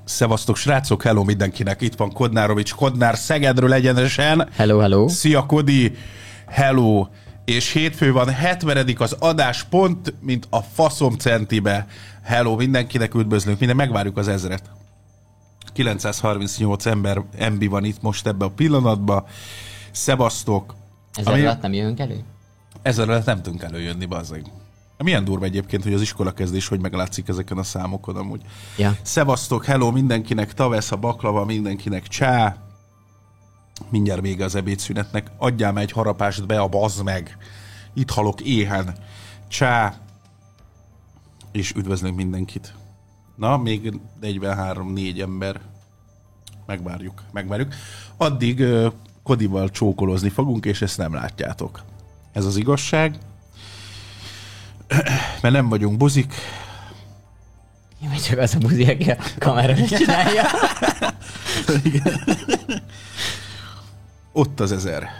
Szevasztok, srácok, hello mindenkinek, itt van Kodnárovics, Kodnár Szegedről egyenesen. Hello, hello. Szia, Kodi, hello. És hétfő van, 70. az adáspont, mint a faszom centibe. Hello mindenkinek, üdvözlünk, megvárjuk az 1000-et. 938 MB van itt most ebbe a pillanatban. Szevasztok. 1000 alatt nem jövünk elő? 1000 alatt nem tudunk előjönni, bazzeg. Milyen durva egyébként, hogy az iskolakezdés hogy meglátszik ezeken a számokon amúgy. Ja. Szevasztok, hello mindenkinek, tavesz a baklava, mindenkinek csá. Mindjárt vége az ebédszünetnek. Adjál már egy harapást be a bazd meg. Itt halok éhen. Csá. És üdvözlünk mindenkit. Na, még 43-4 ember. Megvárjuk. Addig Kodival csókolózni fogunk, és ezt nem látjátok. Ez az igazság. Mert nem vagyunk buzik. Én meg csak az a buzi, aki a kamerára csinálja. Ott az 1000.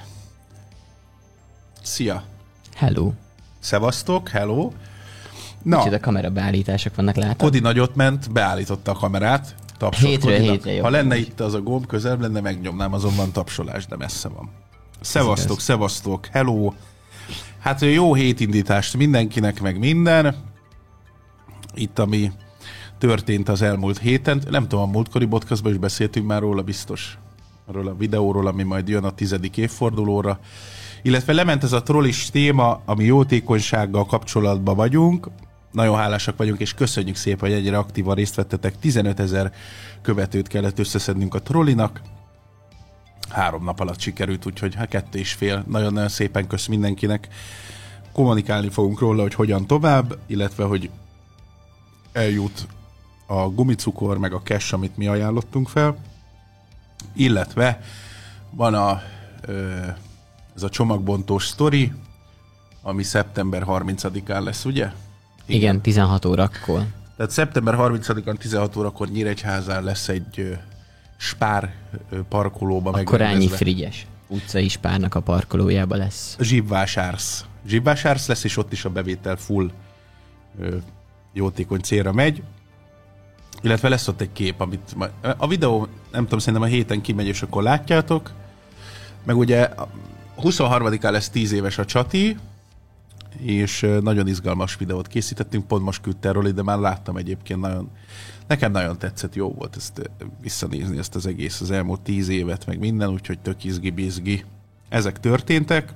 Szia. Hello. Szevasztok, hello. Na, Micsoda kamerabeállítások vannak, látod? Kodi nagyot ment, beállította a kamerát. Tapsol Hétre jobb. Ha lenne itt az a gomb, közelebb lenne, megnyomnám, azonban tapsolás, de messze van. Szevasztok, hello. Hát jó hétindítást mindenkinek, meg minden. Itt, ami történt az elmúlt héten. Nem tudom, a múltkori podcastban is beszéltünk már róla, biztos. Arról a videóról, ami majd jön a 10. évfordulóra. Illetve lement ez a trollis téma, ami jótékonysággal kapcsolatban vagyunk. Nagyon hálásak vagyunk, és köszönjük szépen, hogy ennyire aktívan részt vettetek. 15 000 követőt kellett összeszednünk a trollinak. 3 nap alatt sikerült, úgyhogy 2,5. Nagyon-nagyon szépen kösz mindenkinek. Kommunikálni fogunk róla, hogy hogyan tovább, illetve, hogy eljut a gumicukor, meg a cash, amit mi ajánlottunk fel. Illetve van ez a csomagbontós sztori, ami szeptember 30-án lesz, ugye? Igen, 16 órakor. Tehát szeptember 30-án 16 órakor Nyíregyházán lesz egy Spár parkolóba a Korányi Frigyes utcai Spárnak a parkolójába lesz. Zsibvásársz lesz, és ott is a bevétel full jótékony célra megy. Illetve lesz ott egy kép, amit a videó, nem tudom, szerintem a héten kimegy, és akkor látjátok. Meg ugye 23-án lesz 10 éves a Csati, és nagyon izgalmas videót készítettünk, pont most küldte Roli, de már láttam egyébként, nekem nagyon tetszett, jó volt ezt visszanézni, ezt az egész, az elmúlt 10 évet, meg minden, úgyhogy tök izgi-bizgi. Ezek történtek.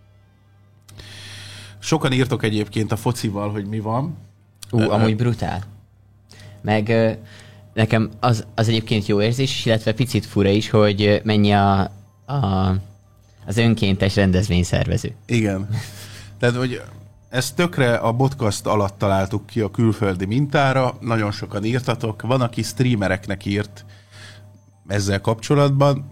Sokan írtok egyébként a focival, hogy mi van. Amúgy brutál. Meg nekem az egyébként jó érzés, illetve picit fura is, hogy mennyi az önkéntes rendezvényszervező. Igen. Tehát, hogy ezt tökre a podcast alatt találtuk ki a külföldi mintára, nagyon sokan írtatok, van, aki streamereknek írt ezzel kapcsolatban.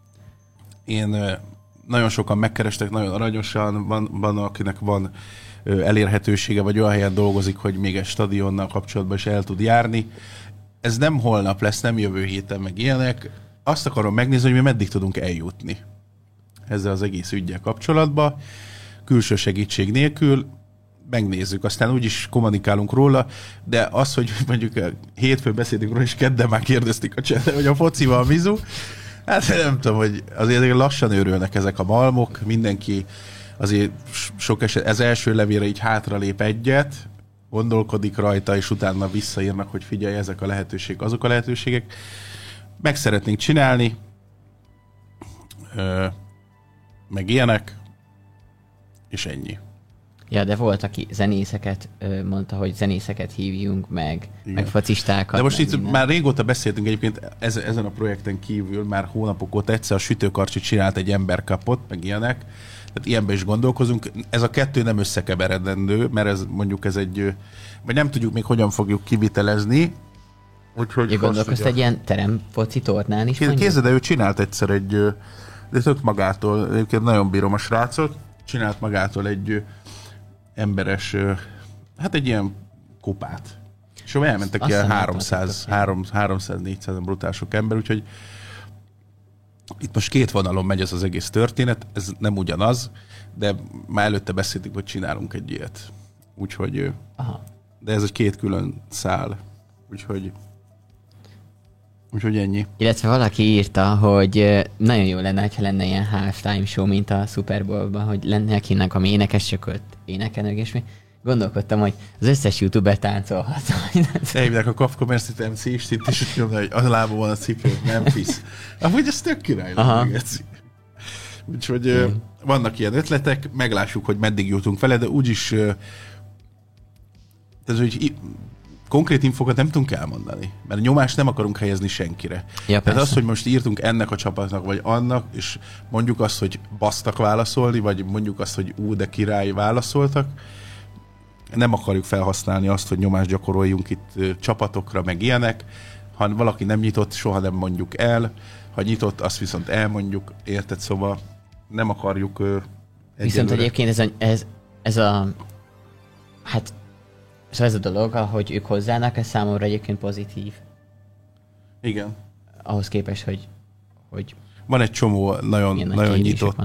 Nagyon sokan megkerestek, nagyon aranyosan, van akinek van elérhetősége, vagy olyan helyen dolgozik, hogy még egy stadionnal kapcsolatban is el tud járni. Ez nem holnap lesz, nem jövő héten, meg ilyenek. Azt akarom megnézni, hogy mi meddig tudunk eljutni ezzel az egész üggyel kapcsolatban. Külső segítség nélkül megnézzük, aztán úgyis kommunikálunk róla, de az, hogy mondjuk hétfőn beszéltünk róla, és kedden már kérdezték a csetet, hogy a focival mizu, hát nem tudom, hogy azért lassan őrülnek ezek a malmok, mindenki azért sok eset, ez első levélre így hátralép egyet, gondolkodik rajta, és utána visszaírnak, hogy figyelj, ezek a lehetőségek, azok a lehetőségek. Meg szeretnénk csinálni, meg ilyenek, és ennyi. Ja, de volt, aki zenészeket mondta, hogy zenészeket hívjunk, meg focistákat. De most itt minden. már régóta beszéltünk egyébként ezen a projekten kívül, már hónapok óta egyszer a Sütőkarcsi csinált egy emberkapot, meg ilyenek. Tehát ilyenben is gondolkozunk. Ez a kettő nem összekeveredendő, mert ez egy, vagy nem tudjuk még hogyan fogjuk kivitelezni. Úgyhogy gondolkoztál egy ilyen teremfoci tornán is? Kézzel, de ő csinált egyszer de tök magától, egyébként nagyon bírom a srácot, csinált magától egy emberes, hát egy ilyen kupát. És elmentek ilyen 300-400 brutál sok ember, úgyhogy itt most két vonalon megy ez az egész történet, ez nem ugyanaz, de már előtte beszéltük, hogy csinálunk egy ilyet. Úgyhogy, de ez egy két külön szál, úgyhogy Úgyhogy ennyi. Illetve valaki írta, hogy nagyon jó lenne, ha lenne ilyen halftime show, mint a Super Bowl-ban, hogy lenne akinek, ami énekes, csak ott énekelnek, és mi gondolkodtam, hogy az összes youtuber táncolhat. Elhívják a Kafka Mercit MC Istit, és úgy mondja, hogy a lába van a cipő, Memphis. Amúgy ez tök király lenne. Úgyhogy vannak ilyen ötletek, meglássuk, hogy meddig jutunk vele, de úgyis hogy konkrét infokat nem tudunk elmondani, mert nyomást nem akarunk helyezni senkire. Ja, tehát az, hogy most írtunk ennek a csapatnak, vagy annak, és mondjuk azt, hogy basztak válaszolni, vagy mondjuk azt, hogy de király válaszoltak, nem akarjuk felhasználni azt, hogy nyomást gyakoroljunk itt csapatokra, meg ilyenek. Ha valaki nem nyitott, soha nem mondjuk el. Ha nyitott, azt viszont elmondjuk, érted? Szóval nem akarjuk viszont egyébként ez a dolog, ahogy ők hozzának, ez számomra egyébként pozitív. Igen. Ahhoz képest, hogy van egy csomó nagyon nyitott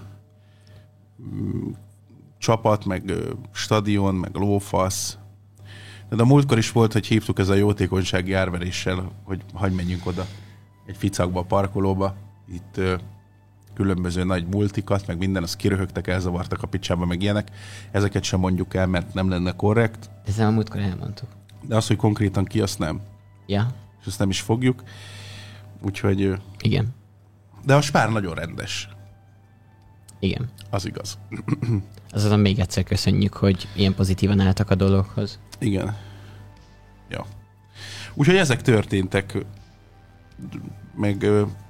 csapat, meg stadion, meg lófasz. De a múltkor is volt, hogy hívtuk ez a jótékonysági árveréssel, hogy hagyj menjünk oda egy ficakba, a parkolóba. Itt különböző nagy multikat, meg minden, azt kiröhögtek, elzavartak a picsába, meg ilyenek. Ezeket sem mondjuk el, mert nem lenne korrekt. Ezzel a múltkor elmondtuk. De az, hogy konkrétan ki, azt nem. Ja. És azt nem is fogjuk. Úgyhogy... Igen. De a Spár nagyon rendes. Igen. Az igaz. Azon még egyszer köszönjük, hogy ilyen pozitívan álltak a dologhoz. Igen. Ja. Úgyhogy ezek történtek. Meg...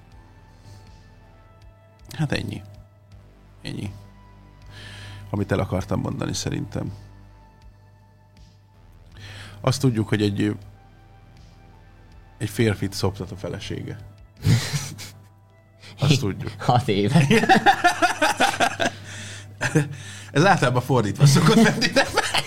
Hát ennyi. Ennyi. Amit el akartam mondani szerintem. Azt tudjuk, hogy egy férfit szoptat a felesége. Azt tudjuk. 6 éve. Ez általában fordítva szokott menni, de...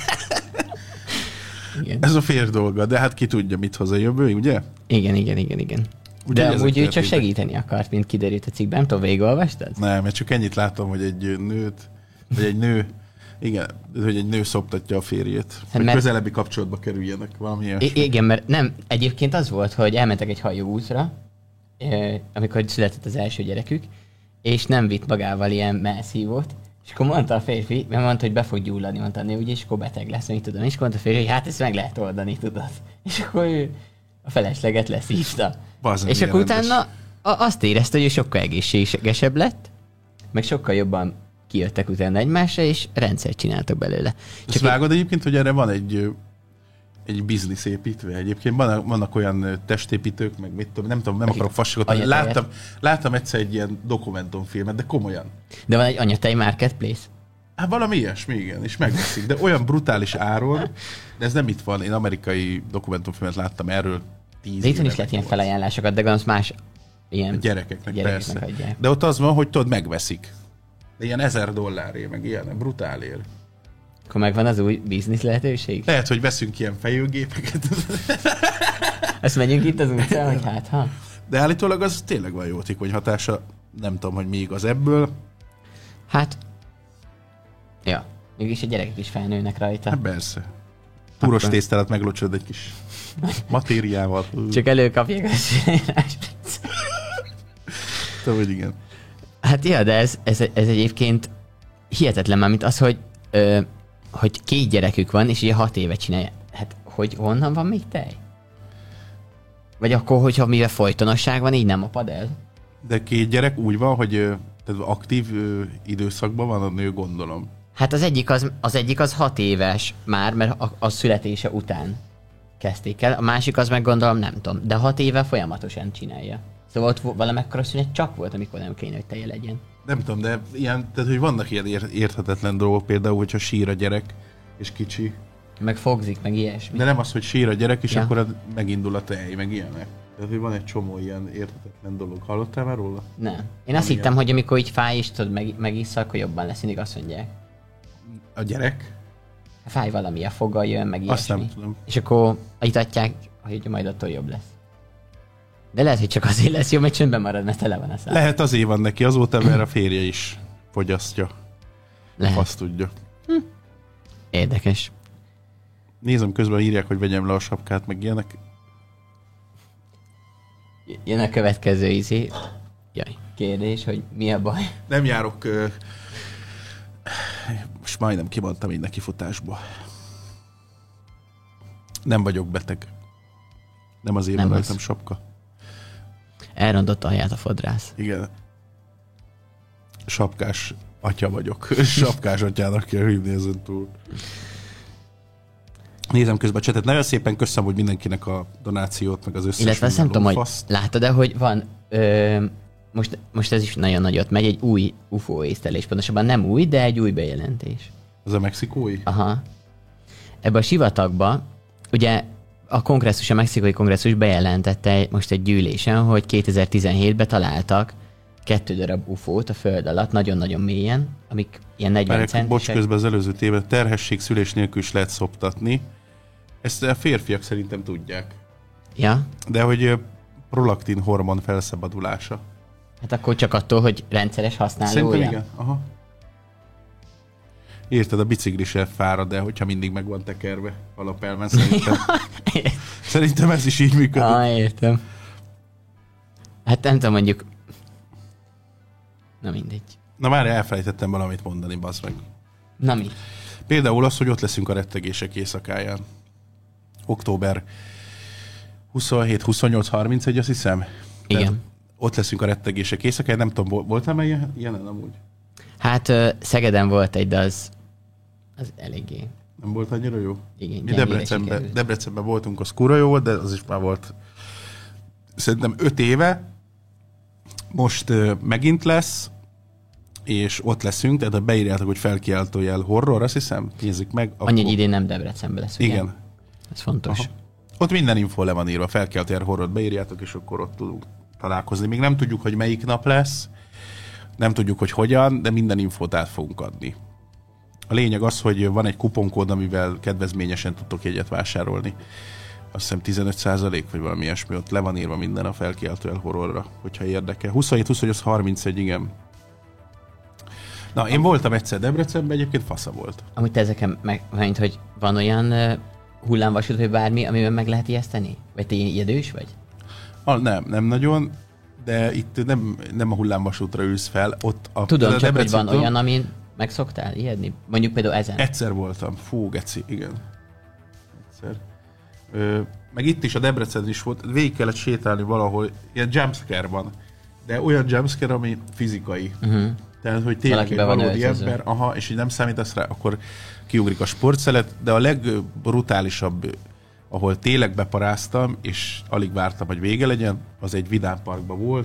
Igen. Ez a férj dolga, de hát ki tudja, mit hoz a jövő, ugye? Igen. De amúgy ő csak segíteni akart, mint kiderült a cikkben. Nem tudom, végigolvastad? Nem, mert csak ennyit láttam, hogy egy nő, igen, hogy egy nő szoptatja a férjét. Hogy közelebbi kapcsolatba kerüljenek, valami ilyesmi. Igen, mert nem, egyébként az volt, hogy elmentek egy hajóútra, amikor született az első gyerekük, és nem vitt magával ilyen melszívót, és akkor mondta a férfi, mert mondta, hogy be fog gyulladni, mondta a nő, ugye, és akkor beteg lesz, mit tudom, és akkor mondta a férfi, hogy hát ezt meg lehet oldani, tudod. És akkor ő a felesleget leszívta. És akkor utána azt érezte, hogy ő sokkal egészségesebb lett, meg sokkal jobban kijöttek utána egymásra, és rendszert csináltak belőle. Csak vágod egyébként, hogy erre van egy biznisz építve egyébként. Vannak olyan testépítők, meg mit tudom, nem tudom, nem akarok fasságot. Láttam egyszer egy ilyen dokumentumfilmet, de komolyan. De van egy anyatej marketplace? Hát valami ilyesmi, igen, és megveszik. De olyan brutális áron, de ez nem itt van. Én amerikai dokumentumfilmet láttam erről 10 éve. De itthon is lehet ilyen felajánlásokat, de gondolom más ilyen gyerekeknek persze. Adják. De ott az van, hogy tudod, megveszik. De ilyen $1000 meg ilyen brutálért. Akkor megvan az új biznisz lehetőség? Lehet, hogy veszünk ilyen fejőgépeket. Azt megyünk itt az utcán, hogy hát ha. De állítólag az tényleg van jótékony hatása. Nem tudom, hogy mi igaz ebből. Hát, ja. Mégis a gyerekek is felnőnek rajta. Hát persze. Túros tésztát meglocsod egy kis matériával. Csak előkapják a sírás. Tudom, hogy igen. Hát ja, de ez egyébként hihetetlen már, mint az, hogy 2 gyerekük van, és ugye 6 éve csinálja. Hát, hogy honnan van még tej? Vagy akkor, hogyha mivel folytonosság van, így nem apad el? De 2 gyerek úgy van, hogy aktív időszakban van a nő, gondolom. Hát az egyik az 6 éves már, mert a születése után kezdték el. A másik az meg gondolom nem tudom, de 6 éve folyamatosan csinálja. Szóval ott valamekkora szünet csak volt, amikor nem kéne, hogy teje legyen. Nem tudom, de ilyen, tehát, hogy vannak ilyen érthetetlen dolgok, például, hogyha sír a gyerek, és kicsi. Meg fogzik, meg ilyesmi. De nem az, hogy sír a gyerek, és akkor megindul a tej, meg ilyenek. Tehát, hogy van egy csomó ilyen érthetetlen dolog. Hallottál már róla? Nem. Én azt hittem, hogy amikor így fáj, és tudod, megissza, akkor jobban lesz, mindig azt mondják. A gyerek? Fáj valami, a foggal jön, meg ilyesmi. Azt nem tudom. És akkor itatják, hogy majd attól jobb lesz. De lehet, hogy csak azért lesz jó, mert csöndben marad, mert tele van a szám. Lehet azért van neki, azóta, mert a férje is fogyasztja. Lehet. Azt tudja. Érdekes. Nézem, közben írják, hogy vegyem le a sapkát, meg ilyenek. Jön a következő kérdés, hogy mi a baj. Nem járok... Most majdnem kimondtam így nekifutásba. Nem vagyok beteg. Nem azért van rajtam sapka. Elrontott alját a fodrász. Igen. Sapkás atya vagyok. Sapkás atyának kell hívni ezen túl. Nézem közben a csetet. Nagyon szépen köszönöm, hogy mindenkinek a donációt, meg az összes... Illetve azt nem tudom, hogy látod-e, hogy van... Most ez is nagyon nagyot megy, egy új UFO észlelés. Pontosabban nem új, de egy új bejelentés. Az a mexikói? Aha. Ebbe a sivatagba, ugye a mexikói kongresszus bejelentette most egy gyűlésen, hogy 2017-ben találtak 2 darab UFO-t a föld alatt, nagyon-nagyon mélyen, amik ilyen 40 centisek. Bocs, közben az előző tévben terhesség szülés nélkül is lehet szoptatni. Ezt a férfiak szerintem tudják. Ja? De hogy prolaktin hormon felszabadulása. Hát akkor csak attól, hogy rendszeres használója? Szerintem igen. Aha. Érted, a bicikli se fárad, de hogyha mindig meg van tekerve alapelven, szerintem ez is így működik. Értem. Hát nem tudom, mondjuk... Na mindegy. Na már elfelejtettem valamit mondani, bazd meg. Na mi? Például az, hogy ott leszünk a rettegések éjszakáján. Október 27, 28, 31, azt hiszem. Igen. Tehát ott leszünk a rettegések éjszakáján. Nem tudom, voltam-e ilyenen amúgy? Hát Szegeden volt egy, de az eléggé... Nem volt annyira jó? Igen, mi Debrecenben voltunk, az kurva jó volt, de az is már volt szerintem 5 éve. Most megint lesz, és ott leszünk, tehát beírjátok, hogy felkiáltójel horror, azt hiszem, nézzük meg. Annyi, hogy idén nem Debrecenben lesz, ugye? Igen. Ez fontos. Aha. Ott minden info le van írva, felkiáltójel horrort beírjátok, és akkor ott tudunk találkozni. Még nem tudjuk, hogy melyik nap lesz, nem tudjuk, hogy hogyan, de minden infót át fogunk adni. A lényeg az, hogy van egy kuponkód, amivel kedvezményesen tudtok jegyet vásárolni. Azt hiszem 15% vagy valami ilyesmi, ott le van írva minden a felkiáltójel horrorra, hogyha érdekel. 27-28, 31, igen. Na, én voltam egyszer Debrecenben, egyébként fasza volt. Amúgy te ezeken megint, hogy van olyan hullámvasút, vagy bármi, amiben meg lehet ijeszteni? Vagy te ijedős vagy? Nem nagyon, de itt nem a hullámvasútra ülsz fel. Ott tudom, csak hogy van olyan, amin meg szoktál ijedni? Mondjuk például ezen. Egyszer voltam. Fú, geci, igen. Egyszer. Meg itt is a Debrecen is volt, végig kellett sétálni valahol, ilyen jumpscare van, de olyan jumpscare, ami fizikai. Tehát, hogy tényleg egy valódi ember, és így nem számítasz rá, akkor kiugrik a sportszelet, de a legbrutálisabb, ahol tényleg beparáztam, és alig vártam, hogy vége legyen, az egy vidámparkban volt,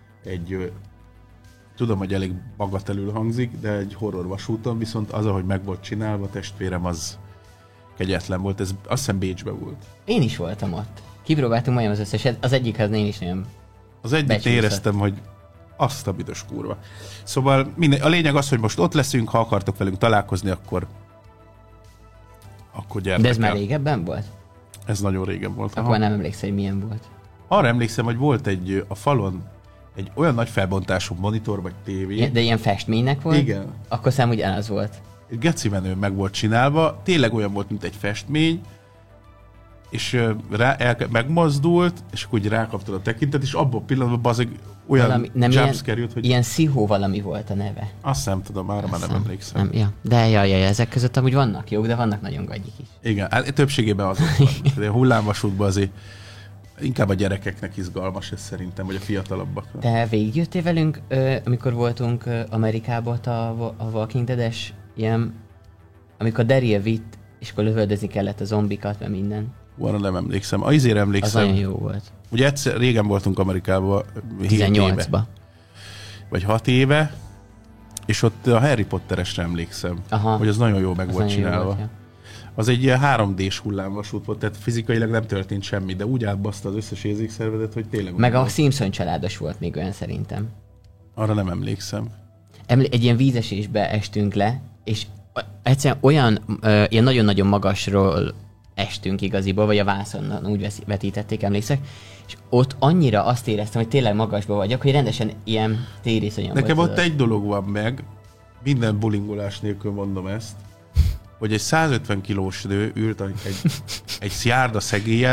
tudom, hogy elég bagatelül hangzik, de egy horror vasúton, viszont az, ahogy meg volt csinálva, testvérem, az kegyetlen volt. Ez azt hiszem Bécsben volt. Én is voltam ott. Kipróbáltunk majdnem az összeset. Az egyikhez én is nagyon az egyik éreztem, hogy azt a büdös kurva. Szóval a lényeg az, hogy most ott leszünk, ha akartok velünk találkozni, akkor gyertek. De ez már régebben volt? Ez nagyon régen volt. Akkor nem emlékszel, hogy milyen volt. Arra emlékszem, hogy volt a falon egy olyan nagy felbontású monitor vagy tévé. De ilyen festménynek volt? Igen. Akkor szám ugyanaz volt. Egy geci menő meg volt csinálva, tényleg olyan volt, mint egy festmény, és megmozdult, és akkor úgy rákaptad a tekintet, és abban a pillanatban az olyan jumpscare jut, hogy... Ilyen szihó valami volt a neve. Azt nem tudom, már nem emlékszem. Nem, ja. De ezek között amúgy vannak jók, de vannak nagyon gagyik is. Igen, hát többségében azok van. De a hullámvasútban azért inkább a gyerekeknek izgalmas ez szerintem, vagy a fiatalabbaknak. Te végigjöttél velünk, amikor voltunk Amerikában a Walking Dead-es ilyen, amikor Daryl vitt, és akkor lövöldözni kellett a zombikat, meg minden. Arra nem emlékszem. Azért emlékszem. Az nagyon jó volt. Ugye egyszer régen voltunk Amerikában, 18-ba. Vagy 6 éve, és ott a Harry Potteresre emlékszem. Aha. Hogy az nagyon jó meg volt csinálva. Volt, ja. Az egy ilyen 3D-s hullámvasút volt, tehát fizikailag nem történt semmi, de úgy átbaszta az összes érzékszervedet, hogy tényleg... Meg a Simpson családos volt még olyan szerintem. Arra nem emlékszem. Egy ilyen vízesésbe estünk le, és egyszerűen olyan, ilyen nagyon-nagyon magasról estünk igaziból, vagy a vászonon úgy vetítették, emlékszek, és ott annyira azt éreztem, hogy tényleg magasban vagyok, hogy rendesen ilyen térészonyan volt. Nekem ott egy dolog van meg, minden bulingolás nélkül mondom ezt, hogy egy 150 kilós nő ült egy járda szegélyen,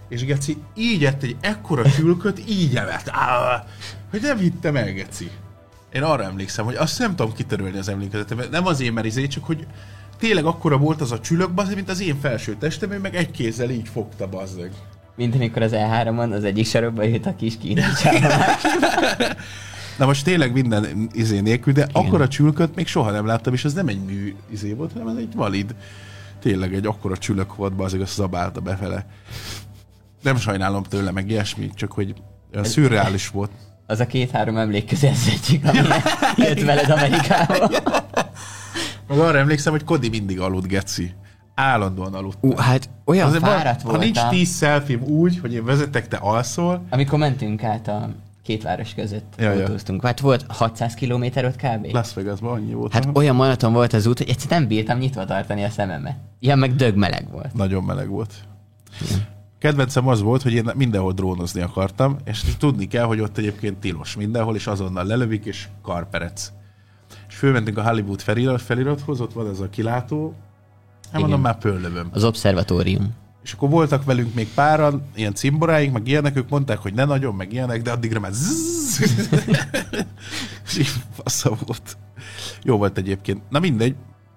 és geci így ett egy ekkora csülköt, így evett. Hogy nem hittem el, geci. Én arra emlékszem, hogy azt nem tudom kitörölni az emlékezetemben. Nem azért, mert csak hogy tényleg akkora volt az a csülök, bazdmeg, mint az én felső testem, ő meg egy kézzel így fogta, bazdmeg. Mint amikor az E3-on az egyik sarokba jött a kis kínácsába. Na most tényleg minden nélkül, de akkora csülköt még soha nem láttam, és ez nem egy mű volt, hanem ez egy valid. Tényleg egy akkora csülök volt, bazdmeg, azt zabálta befele. Nem sajnálom tőle, meg ilyesmi, csak hogy olyan szürreális volt. Az a 2-3 emlék közül az egyik, ami jött veled Amerikába. Meg arra emlékszem, hogy Kodi mindig aludt, geci. Állandóan aludt. Hát olyan azért fáradt voltam. Ha nincs 10 selfie úgy, hogy én vezetek, te alszol. Amikor mentünk át a két város között, autóztunk. Hát volt 600 kilométer ott kb. Las Vegasban annyi volt. Hát olyan maraton volt az út, hogy egyszerűen nem bírtam nyitva tartani a szememet. Ilyen meg dögmeleg volt. Nagyon meleg volt. Kedvencem az volt, hogy én mindenhol drónozni akartam, és tudni kell, hogy ott egyébként tilos mindenhol, és azonnal lelövik, és karperec. És fölmentünk a Hollywood felirathoz, ott van ez a kilátó, hát mondom, már pöllövöm. Az obszervatórium. És akkor voltak velünk még páran, ilyen cimboráink, meg ilyenek, ők mondták, hogy ne nagyon, meg ilyenek, de addigra már és így fassa volt. Jó volt egyébként. Na mindegy.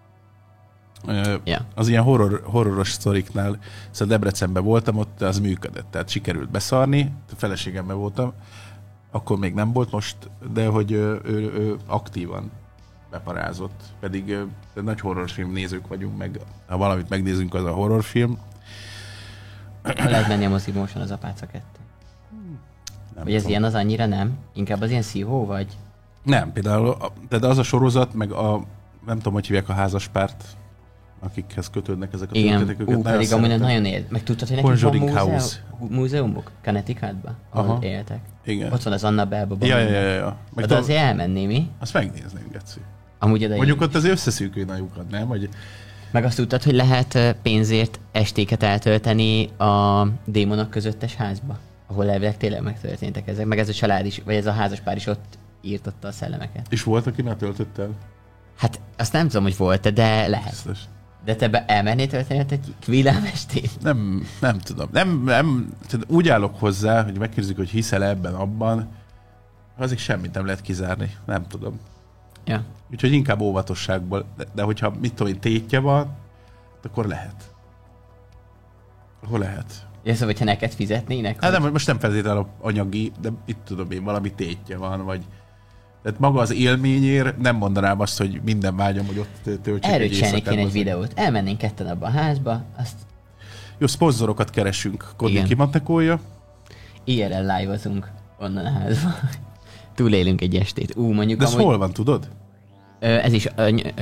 Az ilyen horroros sztoriknál, szóval Debrecenben voltam, ott az működött, tehát sikerült beszarni, a feleségemmel voltam, akkor még nem volt most, de hogy ő aktívan beparázott, pedig nagy horrorfilm nézők vagyunk, meg ha valamit megnézünk, az a horrorfilm. Lehet menni a mozimóson az Apáca 2. Vagy ez ilyen az annyira nem? Inkább az ilyen szívó vagy? Nem, például de az a sorozat, meg a nem tudom, hogy hívják a házaspárt, akikhez kötődnek ezek a történetek. Igen, pedig amúgy nagyon élt. Meg tudtad, hogy nekik van múzeumok Connecticutban, ahol éltek. Igen. Ott van az Annabelle-ban. Ja. De azért elmenni, mi? Azt megnézném, geci. Amúgy oda mondjuk ott azért összeszűkülni a lyukat, nem? Vagy... Meg azt tudtad, hogy lehet pénzért estéket eltölteni a démonok közöttes házba, ahol elvileg tényleg megtörténtek ezek. Meg ez a család is, vagy ez a házaspár is ott írtotta a szellemeket. És volt, aki ne töltött el? Hát azt nem tudom, hogy volt, de lehet. Biztos. De te elmennél tölteni egy villámestét? Nem tudom. Nem, úgy állok hozzá, hogy megkérdezik, hogy hiszel ebben, abban, azért semmit nem lehet kizárni. Nem tudom. Ja. Úgyhogy inkább óvatosságból. De hogyha mit tudom én, tétje van, akkor lehet. Akkor lehet. Ja, szóval, hogyha neked fizetnének? Hát nem, most nem feltétlenül anyagi, de itt tudom én, valami tétje van, vagy... Tehát maga az élményért nem mondanám azt, hogy minden vágyam, hogy ott töltsek egy éjszakát. Erről csinálni egy videót. Elmennénk ketten abban a házba, azt... Jó, szponzorokat keresünk. Kodi kimantekolja. IRL live-ozunk onnan a házba. Túlélünk egy estét. Mondjuk de ez hol van, tudod? Ez is...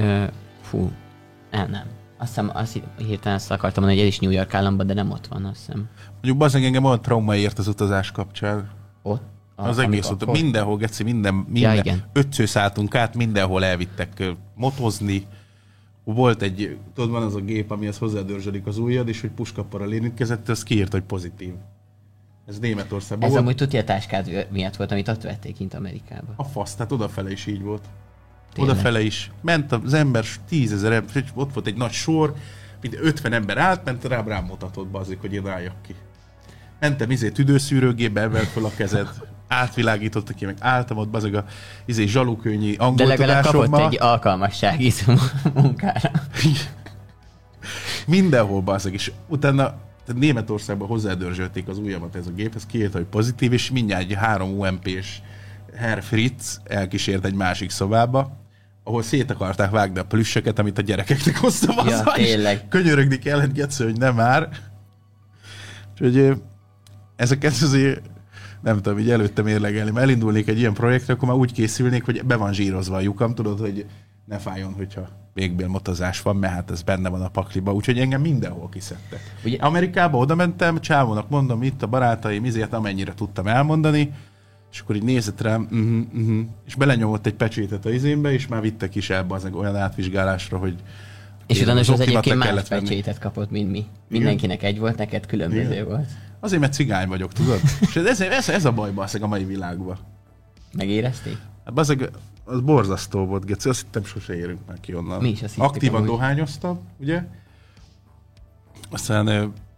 Nem. Azt hirtelen azt akartam mondani, hogy ez is New York államban, de nem ott van, azt hiszem. Mondjuk bazdmeg engem olyan trauma ért az utazás kapcsán. Ott? Az egész ott. Mindenhol, geci, minden ja, ötször szálltunk át, mindenhol elvittek motozni. Volt egy, tudod, van az a gép, amihez hozzádörzsödik az ujjad, és hogy puskaparral érintkezett, az kiírt, hogy pozitív. Ez Németországban ez volt. amúgy tudja a táskád miatt volt, amit ott vették kint Amerikába. A fasz, tehát odafele is így volt. Tényleg? Odafele is. Ment az ember 10 000 ember, ott volt egy nagy sor, mint 50 ember állt, ment rám mutatott be azért, hogy én álljak ki. Mentem tüdőszűrőgépbe, emelt fel a kezed, átvilágítottak ki, meg álltam ott bazeg a zsalukőnyi angol de legalább tudásommal. Kapott egy alkalmassági munkára. Mindenhol bazeg, és utána Németországban hozzádörzsölték az ujjamat ez a gép, ez kiírta, hogy pozitív, és mindjárt egy 3 UMP-s Herr Fritz elkísért egy másik szobába, ahol szét akarták vágni a plüssöket, amit a gyerekeknek hoztam. Ja, tényleg. Könyörögni kellett, Getsző, hogy nem már. Úgyhogy ezeket azért nem tudom, így előtte mérlegelni. Mert elindulnék egy ilyen projektre, akkor már úgy készülnék, hogy be van zsírozva a lyukam, tudod, hogy ne fájjon, hogyha végbélmotozás van, mert hát ez benne van a pakliba. Úgyhogy engem mindenhol kiszedtek. Ugye Amerikába oda mentem, csávónak mondom, itt a barátaim, izért amennyire tudtam elmondani, és akkor így nézett rám, és belenyomott egy pecsétet az izémbe, és már vittek is elbe az olyan átvizsgálásra, hogy... És utána az egyébként más pecsétet kapott, mint mi. Mindenkinek egy volt, neked különböző volt. Azért, mert cigány vagyok, tudod? És ez a baj basszeg a mai világban. Megérezték? Hát basszeg, az borzasztó volt, Geci, azt hittem sose érünk már ki onnan. Mi is azt aktívan dohányoztam, ugye? Aztán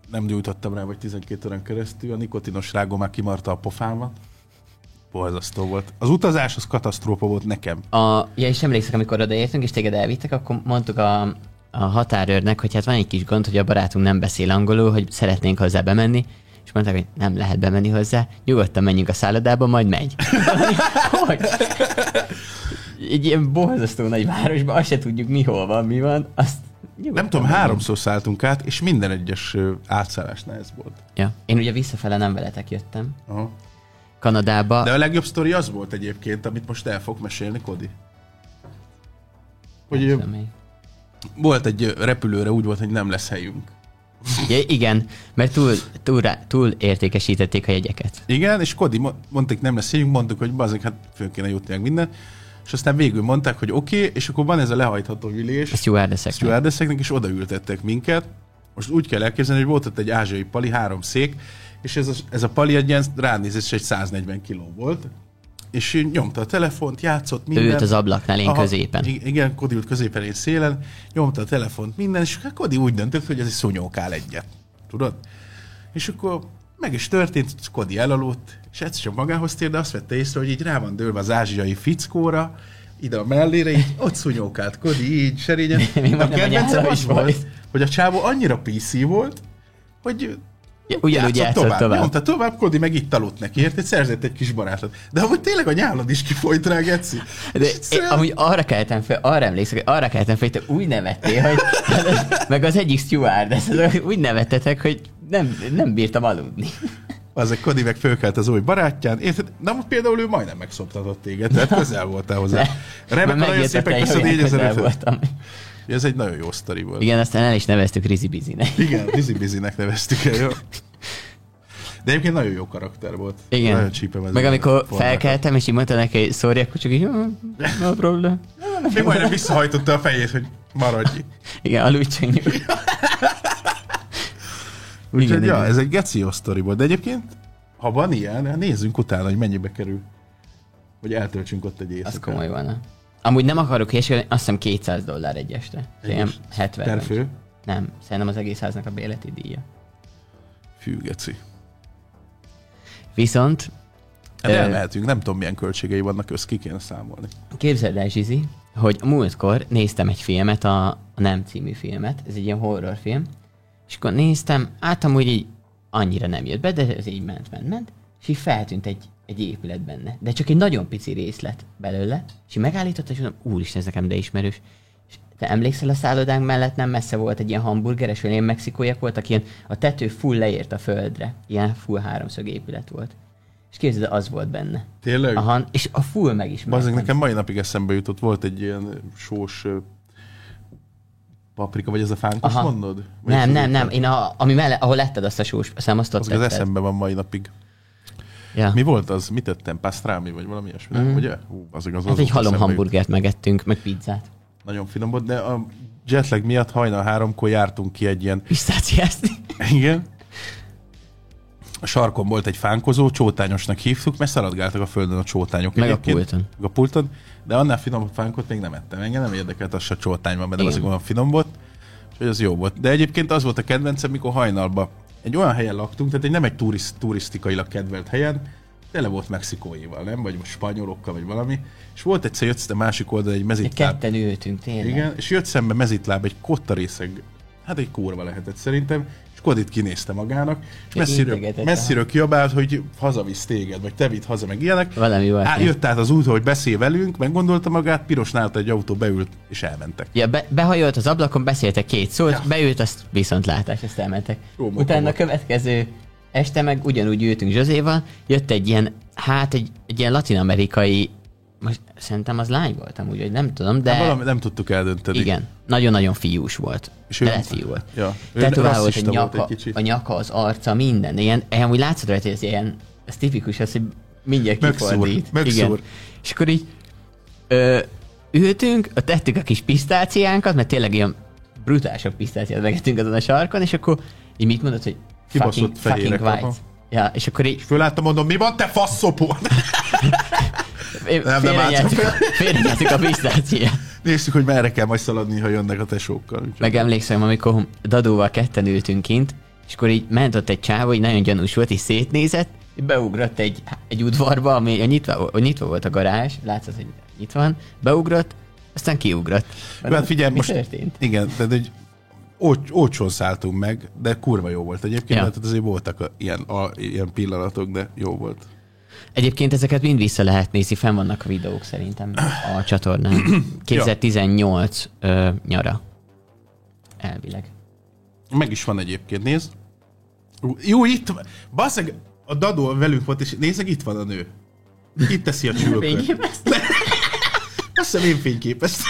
nem gyújtottam rá, vagy 12 órán keresztül, a nikotinos rágó már kimarta a pofámat. Borzasztó volt. Az utazás az katasztrófa volt nekem. És emlékszek, amikor odaértünk, és téged elvittek, akkor mondtuk a határőrnek, hogy hát van egy kis gond, hogy a barátunk nem beszél angolul, hogy szeretnénk hozzá bemenni, és mondták, hogy nem lehet bemenni hozzá, nyugodtan menjünk a szállodába, majd megy. Hogy? Egy ilyen borzasztó nagy városban, azt se tudjuk mi hol van, mi van, azt nem tudom, 3-szor szálltunk át, és minden egyes átszállásnál ez volt. Ja. Én ugye visszafele nem veletek jöttem. Aha. Kanadába. De a legjobb sztori az volt egyébként, amit most el fog mesélni Kodi. Hogy volt egy repülőre úgy volt, hogy nem lesz helyünk. Ja, igen, mert túl értékesítették a jegyeket. Igen, és Kodi mondták, nem lesz helyünk, mondtuk, hogy bazzik, hát föl kéne jutni meg minden. És aztán végül mondták, hogy oké, és akkor van ez a lehajtható ülés. A stewardesseknek, és odaültettek minket. Most úgy kell elképzelni, hogy volt ott egy ázsiai pali, 3 szék, és ez a pali egy ilyen ránézés egy 140 kiló volt. És nyomta a telefont, játszott minden. Ő ült az ablaknál, én középen. Igen, Kodi ült középen, én szélen, nyomta a telefont, minden, és Kodi úgy döntött, hogy ez egy szúnyókál egyet. Tudod? És akkor meg is történt, Kodi elaludt, és egyszer csak magához tér, de azt vette észre, hogy így rá van dőlve az ázsiai fickóra, ide a mellére, így ott szúnyókált Kodi, így serényen. A kedvencem az volt, hogy a csávó annyira PC volt, hogy ugyanúgy játszott tovább. Mondta tovább, Kodi meg itt aludt neki, érted? Szerzett egy kis barátot. De amúgy tényleg a nyálad is kifolyt rá, geci. De amúgy arra kellettem fel, hogy te úgy nevettél, hogy meg az egyik steward, úgy nevettetek, hogy nem bírtam aludni. Az egy Kodi meg fölkelt az új barátján, érted? Na most például ő majdnem megszoptatott téged, tehát közel voltál hozzá. Rebecca, nagyon szépen köszönöm, 4500. Ez egy nagyon jó sztori volt. Igen, aztán el is neveztük Rizibizinek. Igen, Rizibizinek neveztük el, jó. De egyébként nagyon jó karakter volt. Igen. Nagyon csípem ez. Meg amikor felkeltem, és így mondta neki, hogy sorry, akkor csak így, no problem. Még majdnem visszahajtotta a fejét, hogy maradj. Igen, aludj csak nyugodj. Úgyhogy ja, ez egy geci jó sztori volt. De egyébként, ha van ilyen, nézzünk utána, hogy mennyibe kerül. Hogy eltöltsünk ott egy éjszakát. Az komoly van. Amúgy nem akarok hésülni, azt hiszem $200 egy este. Ilyen 70. Per fő? Nem, szerintem az egész háznak a bérleti díja. Fű, geci. Viszont... elmehetünk, nem tudom milyen költségei vannak, ki kéne számolni. Képzeld el, Zsizi, hogy múltkor néztem egy filmet, a Nem című filmet, ez egy ilyen horrorfilm, és akkor néztem, amúgy így annyira nem jött be, de ez így ment, és így feltűnt egy épület benne. De csak egy nagyon pici részlet belőle, és így megállított, és mondom, úristen, ez nekem de ismerős. És te emlékszel, a szállodánk mellett nem messze volt egy ilyen hamburgeres, vagy ilyen mexikóiak voltak, ilyen a tető full leért a földre. Ilyen full 3-szög épület volt. És képzeld, az volt benne. Tényleg? Aha, és a full megismertem. Bazdmeg, nekem mai napig eszembe jutott, volt egy ilyen sós paprika, vagy ez a fánkos mondod? Vagy nem. Én ami mellett, ahol letted azt a sós szemasztot tetted. Az eszembe van mai napig. Ja. Mi volt az? Mit tettem? Pastrami, vagy valami ilyesmi, ugye? Hát egy halom hamburgert megettünk, meg pizzát. Nagyon finom volt, de a jetlag miatt hajnal 3-kor jártunk ki egy ilyen... Pisztáciázni. Igen. A sarkon volt egy fánkozó, csótányosnak hívtuk, mert szaladgáltak a földön a csótányok. Meg a pulton. A pulton. De annál finomabb fánkot még nem ettem. Engem nem érdekelt az se csótányban, mert azért olyan finom volt, és az jó volt. De egyébként az volt a kedvencem, mikor hajnalban egy olyan helyen laktunk, tehát nem egy turisztikailag kedvelt helyen, tele volt mexikóival, nem? Vagy spanyolokkal, vagy valami. És volt egyszer jött a másik oldalon egy mezitláb. Ketten ültünk, tényleg. Igen, és jött szembe mezitláb egy kottarészeg, hát egy kurva lehetett szerintem, és Kodit kinézte magának, és messziről kiabált, hogy hazavisz téged, vagy te vidd haza, meg ilyenek. Valami volt. Jött át az úton, hogy beszél velünk, meggondolta magát, pirosnál egy autó beült, és elmentek. Ja, behajolt az ablakon, beszéltek 2 szót, beült, azt viszontlátás, ezt elmentek. Utána a következő este meg ugyanúgy ültünk Zsozéval, jött egy ilyen, egy ilyen latin-amerikai, most szerintem az lány volt amúgy, hogy nem tudom, de... valami nem tudtuk eldönteni. Igen, nagyon-nagyon fiús volt. És de lett fiú volt. Ja. Tetovál volt a nyaka, az arca, minden. Ilyen úgy látszott rajta, hogy ez tipikus, az, hogy mindjárt kifordít. Megszúr. És akkor így ültünk, tettük a kis pisztáciánkat, mert tényleg ilyen brutálisabb pisztáciát megettünk azon a sarkon, és akkor így mit mondod, hogy fucking white. Ja, és akkor így... És fölálltam, mondom, mi van, te faszopó? Félrenyeltük a pisztáciát. Néztük, hogy merre kell majd szaladni, ha jönnek a tesókkal. Megemlékszem, amikor Dadóval ketten ültünk kint, És akkor így ment ott egy csávó, így nagyon gyanús volt, és szétnézett, beugrott egy udvarba, ami nyitva volt a garázs, látszott, hogy nyitva van, beugrott, aztán kiugrott. Hát figyelj, mi történt? Igen, tehát egy olcsón szálltunk meg, de kurva jó volt egyébként, mert azért voltak ilyen pillanatok, de jó volt. Egyébként ezeket mind vissza lehet nézni, fenn vannak a videók szerintem a csatornán. 2018 nyara. Elvileg. Meg is van egyébként, nézd. Jó, itt van. Basszeg, a Dadó velünk volt, és nézzek, itt van a nő. Itt teszi a csülköt. Azt hiszem, én fényképeztem.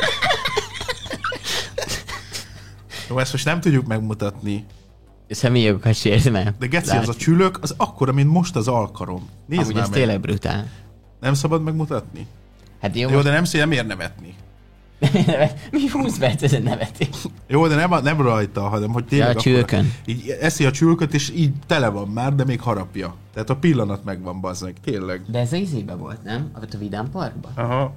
Jó, ezt most nem tudjuk megmutatni. Személyjogokat sértve. De geci, az a csülök, az akkora, mint most az alkarom. Nézd amúgy már ez meg. tényleg brutál. Nem szabad megmutatni? Hát jó, most... de nem miért nevetni? Mi 20 perc ezen neveti? Jó, de nem rajta, hanem hogy tényleg a csülkön. Így eszi a csülköt, és így tele van már, de még harapja. Tehát a pillanat megvan, bazzeg, tényleg. De ez az izébe volt, nem? A Vidám Parkban? Aha.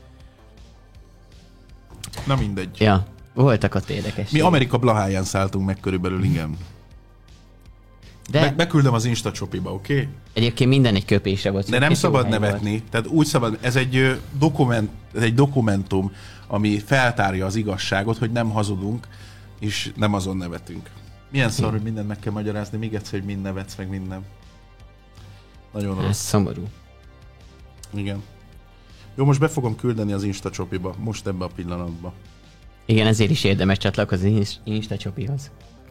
Na mindegy. Ja, voltak ott érdekes. Mi Amerika Blaháján szálltunk meg körülbelül, igen. De... Beküldöm az Insta csopiba, oké? Okay? Egyébként minden egy köpésre volt. De nem szabad nevetni. Volt. Tehát úgy szabad, ez egy dokumentum, ami feltárja az igazságot, hogy nem hazudunk, és nem azon nevetünk. Milyen szar, hogy mindent meg kell magyarázni, még egyszer, hogy mind nevetsz, meg minden. Nagyon rossz. Ez szomorú. Igen. Jó, most be fogom küldeni az Insta csopiba, most ebbe a pillanatba. Igen, ezért is érdemes csatlakozni az Insta csopihoz.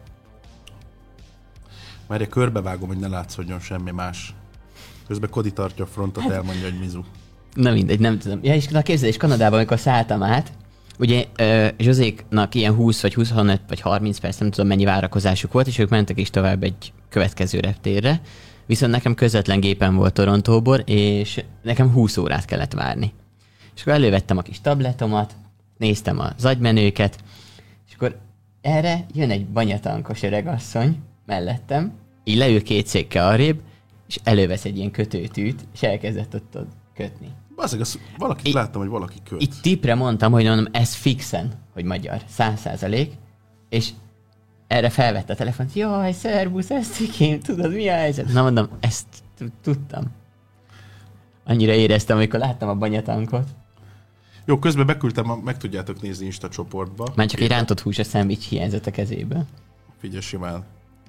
Már egy körbevágom, hogy ne látszódjon semmi más. Közben Kodi tartja a frontot, elmondja, hogy mizu. Na mindegy, nem tudom. Ja, és képzeld, és Kanadában, amikor szálltam át, ugye Zsozéknak ilyen 20 vagy 25 vagy 30 perc, nem tudom mennyi várakozásuk volt, és ők mentek is tovább egy következő reptérre. Viszont nekem közvetlen gépen volt Torontóból, és nekem 20 órát kellett várni. És akkor elővettem a kis tabletomat, néztem az agymenőket, és akkor erre jön egy banyatankos öregasszony mellettem, így leül 2 székkel arrébb, és elővesz egy ilyen kötőtűt, és elkezdett ott kötni. Bazzeg, valakit láttam, hogy valaki köt. Itt tipre mondtam, hogy mondom, ez fixen, hogy magyar, 100%, és erre felvette a telefont, jaj, szervusz, Esztikém, tudod, mi a helyzet? Na mondom, ezt tudtam. Annyira éreztem, amikor láttam a banyatankot. Jó, közben beküldtem, meg tudjátok nézni Insta csoportba. Már csak egy rántott hús a szendvics hiányzott a kezéből. Figyelj simán.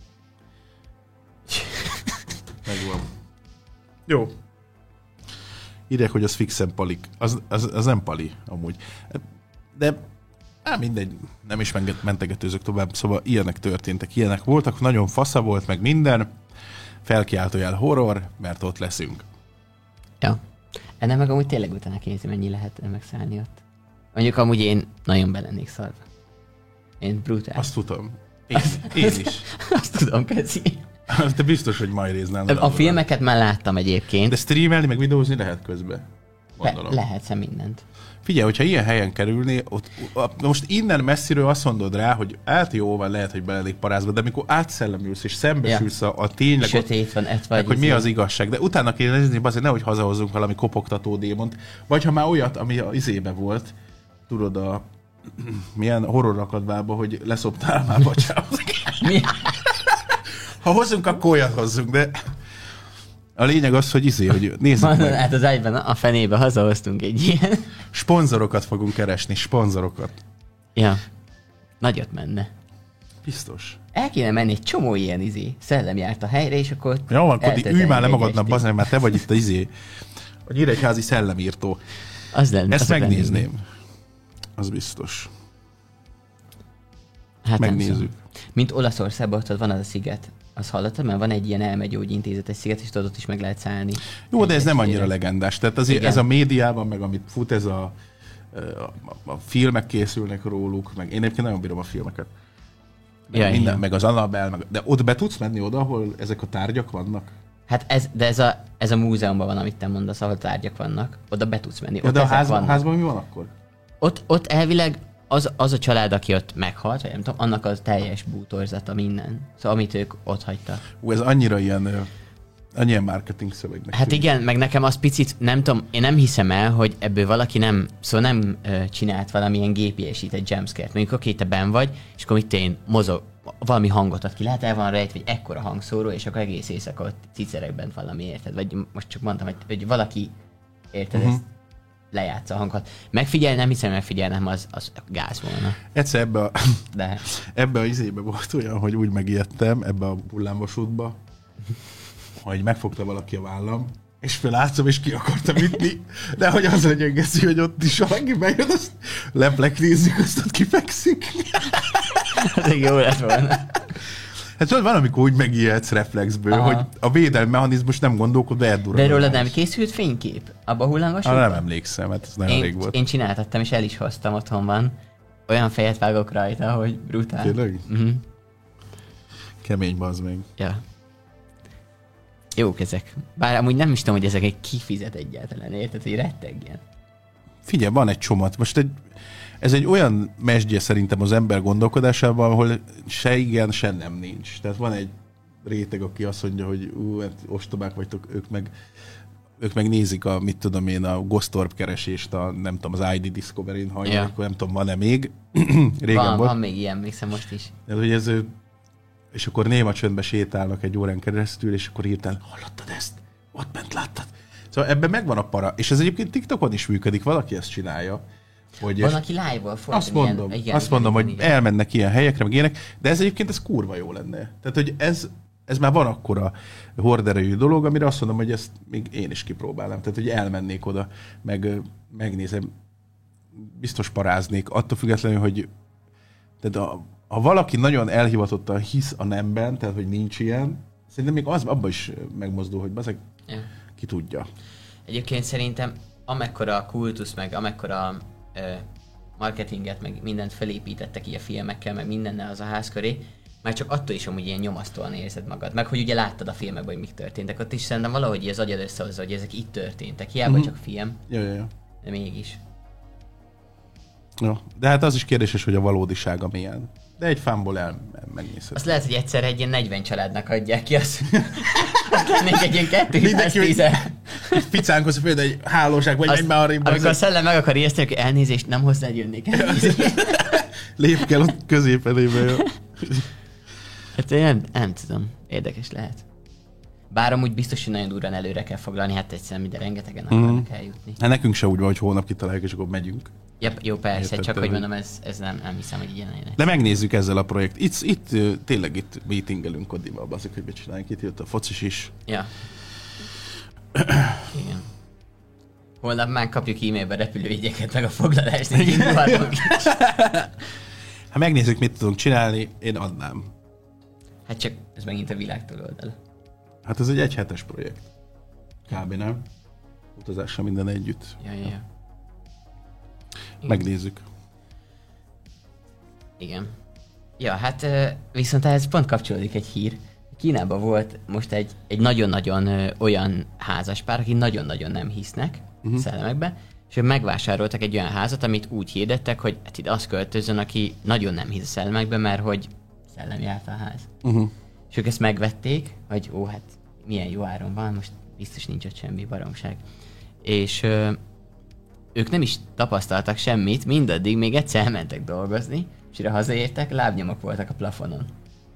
Megvan. Jó. Írják, hogy az fixen palik. Az nem pali, amúgy. De mindegy, nem is mentegetőzök tovább, szóval ilyenek történtek, ilyenek voltak, nagyon fasza volt, meg minden. Felkiáltójel horror, mert ott leszünk. Ja. Ennek meg amúgy tényleg utána kézi, mennyi lehet megszállni ott. Mondjuk amúgy én nagyon belennék szarva. Én brutál. Azt tudom. Én is. Azt tudom, köszi. Te biztos, hogy majd réznál. A filmeket már láttam egyébként. De streamelni, meg videózni lehet közben. Lehetsz mindent. Figyelj, hogyha ilyen helyen kerülné, most innen messziről azt mondod rá, hogy jó van, lehet, hogy belelék parázba, de amikor átszellemülsz és szembesülsz a tényleg... Sötét van, vagy hogy mi az igazság. De utána kéne nézni, azért nehogy hazahozzunk valami kopogtató démont, vagy ha már olyat, ami az izébe volt, tudod, milyen horrorakadvába, hogy leszoptál már bacsához. Mi? Ha hozzunk, akkor olyat hozzunk, de a lényeg az, hogy hogy nézzük meg. Hát az ágyban a fenébe hazahoztunk egy ilyen. Sponzorokat fogunk keresni, sponzorokat. Ja, nagyot menne. Biztos. El kéne menni egy csomó ilyen szellem járt a helyre, és akkor... Jó van, Kodi, ülj már le magadnak, bazdmeg, mert te vagy itt a nyíregyházi szellemírtó. Az lenne. Ezt megnézném. Az biztos. Hát megnézzük. Mint Olaszországban ott van az a sziget. Azt hallottad? Mert van egy ilyen elmegyógyintézetes sziget, és ott is meg lehet szállni. Jó, de ez nem annyira legendás. Tehát azért ez a médiában, meg amit fut, ez a filmek készülnek róluk, meg én egyébként nagyon bírom a filmeket. Meg az Annabelle, de ott be tudsz menni oda, ahol ezek a tárgyak vannak? Hát ez a múzeumban van, amit te mondasz, ahol tárgyak vannak. Oda be tudsz menni. Ja, de a házban mi van akkor? Ott elvileg az a család, aki ott meghalt, vagy nem tudom, annak az teljes bútorzata minden. Szóval amit ők ott hagytak. Ez annyira ilyen Annyi marketing szövegnek. Hát igen, meg nekem az picit, nem tudom, én nem hiszem el, hogy ebből valaki nem csinált valamilyen gépiesített jumpscare-t. Mondjuk oké, te benn vagy, és akkor mit én mozog, valami hangot ad ki, lehet el van rejtve egy ekkora hangszóró, és akkor egész éjszaka ott cicerek bent valami, érted? Vagy most csak mondtam, hogy valaki, érted, ezt lejátsza a hangot. Megfigyelni, nem hiszem, megfigyelnem, az gáz volna. Egyszer De ebbe a izébe volt olyan, hogy úgy megijedtem, ebbe a hullámvasútba, hogy megfogta valaki a vállam, és felálltam, és ki akartam ütni, de hogy az legyen geszi, hogy ott is valaki bejön, azt lepleknézzük, azt ott kifekszik. az egy jó lett volna. Hát tudod, van, amikor úgy megijedsz reflexből, hogy a védelmi mechanizmus nem gondolkod, de eldurran. De róla nem készült fénykép? Abba a hullámvasútban? Nem emlékszem, mert ez nagyon rég volt. Én csináltattam, és el is hoztam otthonban. Olyan fejet vágok rajta, hogy brutál. Tényleg? Kemény bazd meg. Ja. Jók ezek. Bár amúgy nem is tudom, hogy ezek egy kifizet egyáltalán, érted, hogy rettegjen. Figyelj, van egy csomat. Most ez egy olyan mesdje szerintem az ember gondolkodásában, ahol se igen, se nem nincs. Tehát van egy réteg, aki azt mondja, hogy hát ostobák vagytok, ők meg nézik a, mit tudom én, a Ghost keresést, nem tudom, az ID Discovery-n hallják, akkor nem tudom, van-e még. Régen van még ilyen, emlékszem most is. Ez, hogy ez, és akkor néma csöndbe sétálnak egy órán keresztül, és akkor hirtelen, hallottad ezt? Ott bent láttad? Szóval ebben megvan a para. És ez egyébként TikTokon is működik, valaki ezt csinálja. Hogy van, aki live-val fordul. Azt mondom, hogy elmennek ilyen helyekre, meg ilyenek, de ez egyébként ez kurva jó lenne. Tehát, hogy ez már van akkora horderejű dolog, amire azt mondom, hogy ezt még én is kipróbálom. Tehát, hogy elmennék oda, meg megnézem, biztos paráznék, attól függetlenül, hogy tehát ha valaki nagyon elhivatottan hisz a nemben, tehát, hogy nincs ilyen, szerintem még abban is megmozdul, hogy bazeg, ki tudja. Egyébként szerintem amekkora a kultusz, meg amekkora marketinget, meg mindent felépítettek így a filmekkel, meg mindennel az a ház köré, már csak attól is amúgy ilyen nyomasztóan érzed magad. Meg hogy ugye láttad a filmekben, hogy mik történtek. Ott is szerintem valahogy az agyad összehozza, hogy ezek itt történtek. Hiába csak film. Ja. De mégis. Ja. De hát az is kérdéses, hogy a valódisága milyen. De egy fánból megnézhet. Azt lehet, hogy egyszer egy ilyen 40 családnak adják ki, azt lennénk egy ilyen 210-e. Ficánkoz például egy hálóság, vagy egy már amikor a szellem meg akar ijeszteni, hogy elnézést, nem hozzád jönnék. Lép kell ott középelébe, jó. Hát én nem tudom, érdekes lehet. Bár amúgy biztos, hogy nagyon durran előre kell foglalni, hát egyszerűen minden rengetegen akarnak eljutni. Hát nekünk se úgy van, hogy holnap kitaláljuk, és akkor megyünk. Jó, persze, csak hogy mondom, ez nem hiszem, hogy ilyen lenne. De megnézzük ezzel a projekt. Itt tényleg itt meetingelünk Kodival, baszik, hogy mit csináljunk. Itt jött a focis is. Ja. Igen. Holnap már kapjuk e-mailbe repülőjegyeket, meg a foglalást, így indulhatunk is. Ha megnézzük, mit tudunk csinálni, én adnám. Hát csak ez megint a világtól oldal. Hát ez egy egyhetes projekt. Kb. Nem? Utazással minden együtt. Ja. Megnézzük. Igen. Ja, hát viszont ehhez pont kapcsolódik egy hír. Kínában volt most egy nagyon-nagyon olyan házaspár, aki nagyon-nagyon nem hisznek szellemekbe, és megvásároltak egy olyan házat, amit úgy hirdettek, hogy hát itt az költözön, aki nagyon nem hisz a szellemekbe, mert hogy szellem járt a ház. És ők ezt megvették, hogy hát milyen jó áron van, most biztos nincs ott semmi baromság. És ők nem is tapasztaltak semmit, mindaddig még egyszer elmentek dolgozni, és mire hazaértek, lábnyomok voltak a plafonon.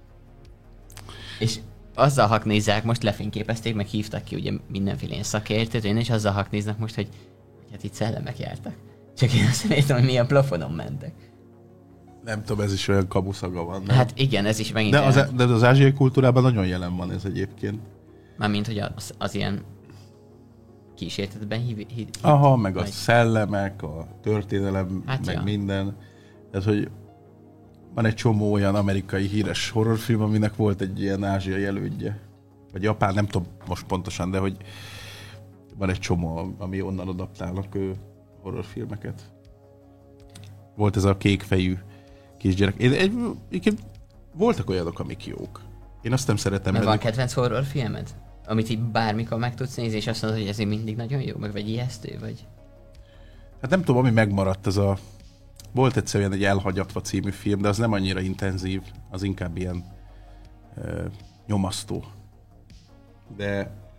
És azzal haknézzák, most lefényképezték, meg hívtak ki ugye mindenféle ilyen szakértőt, és azzal haknéznek most, hogy hát itt szellemek jártak. Csak én azt értem, hogy milyen plafonon mentek. Nem tudom, ez is olyan kabuszaga van. Nem? Hát igen, ez is megint... De az ázsiai kultúrában nagyon jelen van ez egyébként. Mármint, hogy az ilyen kísértetben Aha, meg a szellemek, a történelem, hát meg minden. Tehát, hogy van egy csomó olyan amerikai híres horrorfilm, aminek volt egy ilyen ázsiai elődje. Vagy japán, nem tudom most pontosan, de hogy van egy csomó, ami onnan adaptálnak horrorfilmeket. Volt ez a kékfejű kisgyerek. Voltak olyanok, amik jók. Én azt nem szeretem. Mert van kedvenc horrorfilmed? Amit így bármikor meg tudsz nézni, és azt mondod, hogy ez mindig nagyon jó, meg ijesztő, vagy? Hát nem tudom, ami megmaradt, volt egyszer olyan egy Elhagyatva című film, de az nem annyira intenzív, az inkább ilyen nyomasztó. De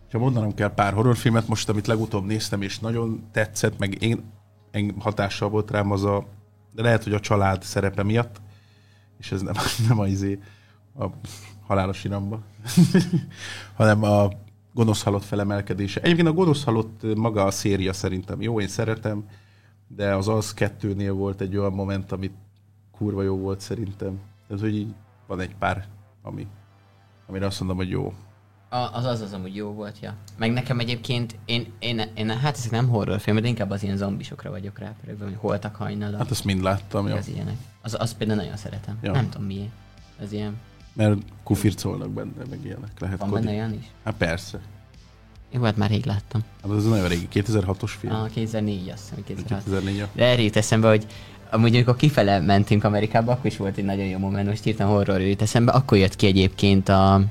Ha mondanom kell pár horrorfilmet, most amit legutóbb néztem, és nagyon tetszett, meg én hatással volt rám de lehet, hogy a család szerepe miatt, és ez nem a halálos iramba, hanem a gonosz halott felemelkedése. Egyébként a gonosz halott maga a széria szerintem jó, én szeretem, de az 2-nél volt egy olyan moment, amit kurva jó volt szerintem. Ez, hogy így van egy pár, amire azt mondom, hogy jó. Az amúgy jó volt, ja. Meg nekem egyébként, én hát ezek nem horrorfilm, de inkább az ilyen zombisokra vagyok rá, hogy holtak hajnalak. Hát azt mind láttam, jó. Az ilyenek. Az például nagyon szeretem. Ja. Nem tudom miért. Az ilyen... Mert kufircolnak benne, meg ilyenek lehet. Van benne olyan is? Hát persze. Jó, hát már rég láttam. Hát az nagyon régi, 2006-os film. 2004, azt hiszem, 2004. De erre jut eszembe, hogy amúgy amikor kifele mentünk Amerikába, akkor is volt egy nagyon jó moment, most írtam horror jut eszembe, akkor jött ki egyébként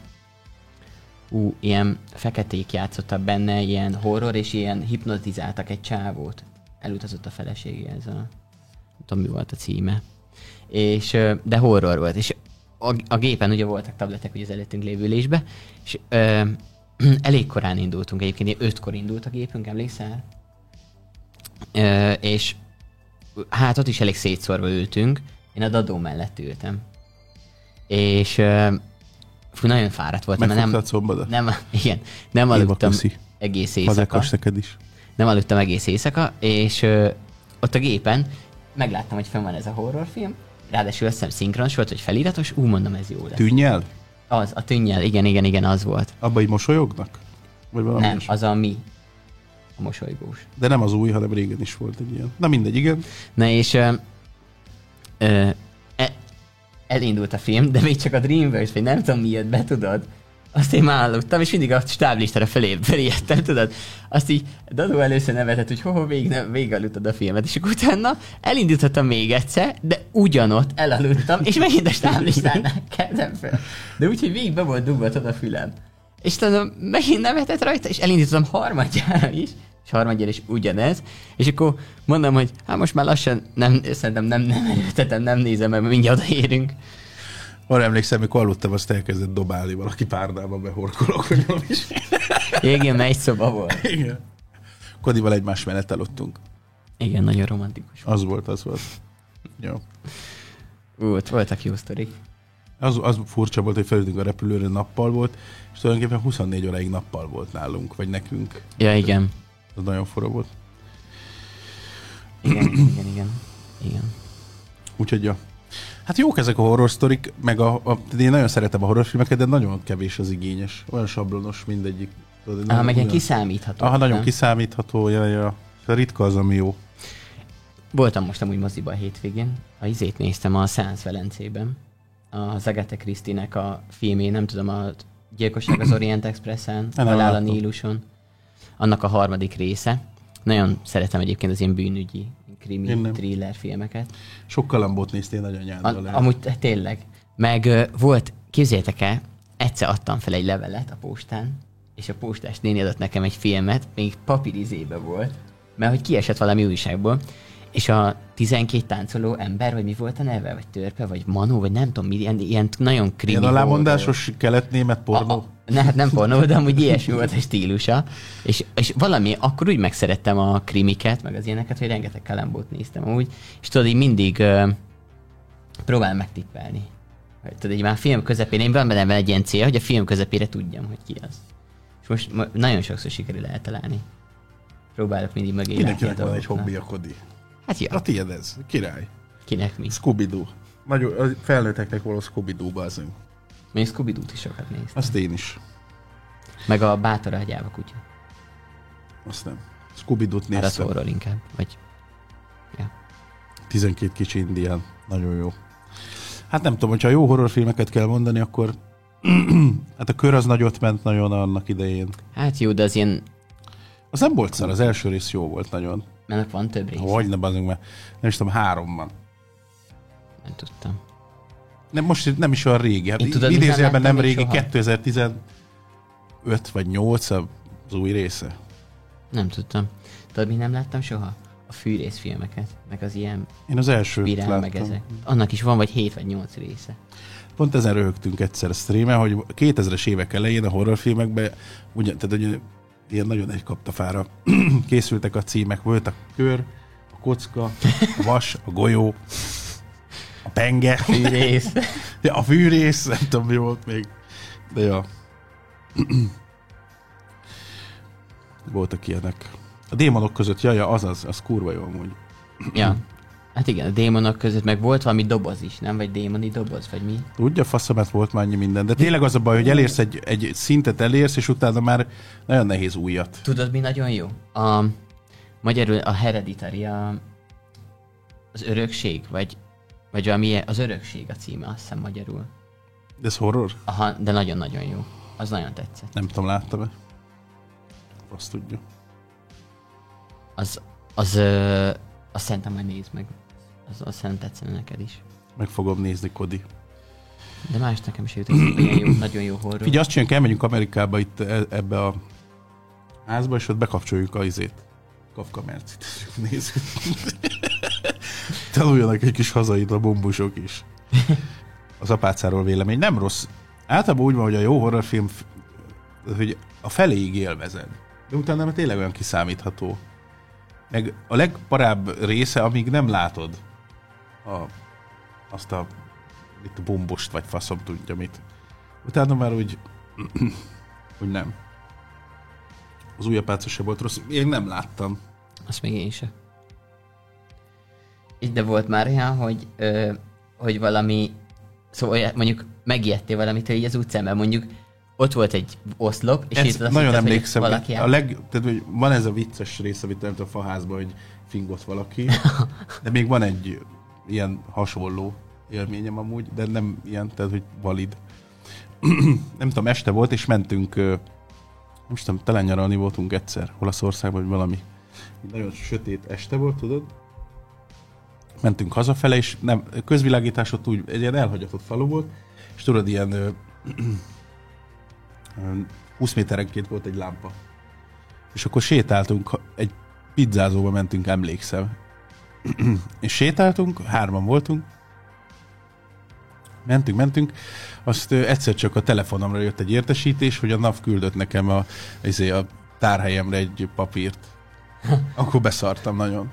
ilyen feketék játszottak benne, ilyen horror, és ilyen hipnotizáltak egy csávót. Elutazott a feleségéhez, nem tudom mi volt a címe. És, de horror volt, és a gépen ugye voltak tabletek ugye az előttünk lévő ülésbe, és elég korán indultunk egyébként, 5-kor indult a gépünk, emlékszel? És hát ott is elég szétszórva ültünk, én a dadó mellett ültem. És nagyon fáradt voltam, mert nem aludtam egész éjszaka. Neked is. Nem aludtam egész éjszaka, és ott a gépen megláttam, hogy fenn van ez a horrorfilm, ráadásul azt hiszem szinkronos volt, hogy feliratos, mondom, ez jó lesz. Tűnnyel? Az, a tűnnyel, igen, az volt. Abba így mosolyognak? Vagy nem, az a mi. A mosolygós. De nem az új, hanem régen is volt egy ilyen. Na mindegy, igen. Na és elindult a film, de még csak a Dreamworks, vagy nem tudom mi jött be, tudod? Azt én már aludtam, és mindig a stáblistára felé jöttem, tudod? Azt így Dadó először nevetett, hogy végig aludtad a filmet, és akkor utána elindítottam még egyszer, de ugyanott elaludtam, és megint a stáblistánál kezdem fel. De úgyhogy végig be volt dugva a fülem. És tudom, megint nevetett rajta, és elindítottam harmadjára is, és harmadjára is ugyanez, és akkor mondom, hogy hát most már lassan szerintem nem erőltetem, nem nézem, mert mindjárt odaérünk. Arra emlékszem, amikor aludtam, azt elkezdett dobálni valaki párnába, behorkolok, hogy valami is. Igen, mert egy szoba volt. Igen. Kodival egymás mellett aludtunk. Igen, nagyon romantikus. Az volt. Jó. Ott voltak jó sztorik. Az furcsa volt, hogy felültünk a repülőre, nappal volt, és tulajdonképpen 24 óráig nappal volt nálunk, vagy nekünk. Ja, igen. Az nagyon fura volt. Igen. Úgyhogy ja. Hát jók ezek a horror sztorik, meg én nagyon szeretem a horrorfilmeket, de nagyon kevés az igényes. Olyan sablonos mindegyik. Meg ilyen kiszámítható. Nagyon kiszámítható, ja. Ritka az, ami jó. Voltam most amúgy moziban a hétvégén. A izét néztem a Science Velencében. Az Agatha Christie-nek a filmé, nem tudom, a Gyilkosság az Orient Expressen, Halál a Níluson. Annak a 3. része. Nagyon szeretem egyébként az ilyen bűnügyi, krimi, thriller filmeket. Sok kalambót néztél nagyon nyárdal. Amúgy tényleg. Meg volt, képzeljétek el, egyszer adtam fel egy levelet a postán, és a postás néni adott nekem egy filmet, még papírizébe volt, mert hogy kiesett valami újságból, és a 12 táncoló ember, vagy mi volt a neve, vagy törpe, vagy manó, vagy nem tudom, ilyen nagyon krimi. Ilyen alámondásos kelet-német pornó? Hát nem pornó, de amúgy ilyesmi volt a stílusa. És valami, akkor úgy megszerettem a krimiket, meg az ilyeneket, hogy rengeteg kalambót néztem úgy, és tudod, így mindig próbálom megtippelni. Tudod, így már a film közepén, én van benne egy ilyen cél, hogy a film közepére tudjam, hogy ki az. És most nagyon sokszor sikerül eltalálni. Próbálok mindig mögé látni a dolgoknak. Van egy dolgoknak. hobbi, a Kodi. Hát ja. A tiéd ez, király. Kinek mi? Scooby-Doo. Nagyon, felnőtteknek való Scooby-Doo bazünk. Még Scooby-Doo-t is sokat néztem. Azt én is. Meg a Bátor a gyáva kutya. Azt nem. Scooby-Doo-t Már a néztem. szóról inkább. Vagy... Ja. 12 kicsi indián. Nagyon jó. Hát nem tudom, hogyha jó horrorfilmeket kell mondani, akkor hát a Kör az nagyot ment nagyon annak idején. Hát jó, de az ilyen... Az nem volt szar, az első rész jó volt nagyon. Mennek van több rész. Hogy ne bazunk, mert nem is tudom, 3 van. Nem tudtam. Nem, most nem is olyan régi. Hát idézőjelben nem régi, soha? 2015 vagy 8 az új része. Nem tudtam. Tudod, mi nem láttam soha? A fűrészfilmeket, meg az ilyen... Én az elsőt Spirál, láttam. meg ezek. Annak is van vagy 7 vagy 8 része. Pont ezen röhögtünk egyszer a streamen, hogy 2000-es évek elején a horrorfilmekben tehát ilyen nagyon egy kaptafára készültek a címek. Volt a kör, a kocka, a vas, a golyó, a penge. Fűrész. Ja, a fűrész, nem tudom, mi volt még. De ja. Voltak ilyenek. A démonok között, az kurva jó amúgy. Ja. Hát igen, a démonok között meg volt valami doboz is, nem? Vagy démoni doboz, vagy mi? Tudja, faszomát volt már annyi minden. De tényleg az a baj, hogy elérsz egy szintet és utána már nagyon nehéz újat. Tudod, mi nagyon jó? Magyarul a Hereditary, az örökség, vagy valami, az örökség a címe, azt hiszem magyarul. De ez horror? Aha, de nagyon-nagyon jó. Az nagyon tetszett. Nem tudom, láttam-e? Azt tudja. Azt szerintem majd nézd meg. Az szerintem tetszene neked is. Meg fogom nézni, Kodi. De más nekem is jutott, ilyen jó, nagyon jó horror. Figyelj, azt csináljuk, elmegyünk Amerikába itt ebbe a házba, és ott bekapcsoljuk a Kafka Mercit. Nézzük. Tanuljanak egy kis hazait a bombusok is. Az apácáról vélemény. Nem rossz. Általában úgy van, hogy a jó horrorfilm, hogy a feléig élvezed. De utána tényleg olyan kiszámítható. Meg a legparább része, amíg nem látod azt a bombost, vagy faszom tudja mit. Utána már úgy nem. Az új apáca se volt rossz. Én nem láttam. Azt még én se. De volt már olyan, hogy valami, szóval mondjuk megijedtél valamitől így az utcán, mert mondjuk ott volt egy oszlop, és itt nagyon hittem, emlékszem, valaki tehát, hogy van ez a vicces rész, amit nem tudom, a faházban, hogy fingott valaki, de még van egy ilyen hasonló élményem amúgy, de nem ilyen, tehát hogy valid. Nem tudom, este volt, és mentünk, nem tudom, talán nyaralni voltunk egyszer Olaszországban, vagy valami. Nagyon sötét este volt, tudod? Mentünk hazafele, és nem, közvilágítás ott úgy, egy ilyen elhagyatott falu volt, és tudod, ilyen 20 méterenként volt egy lámpa. És akkor sétáltunk, egy pizzázóba mentünk, emlékszem. És sétáltunk, 3 voltunk, mentünk, azt egyszer csak a telefonomra jött egy értesítés, hogy a NAV küldött nekem a tárhelyemre egy papírt. Akkor beszartam nagyon.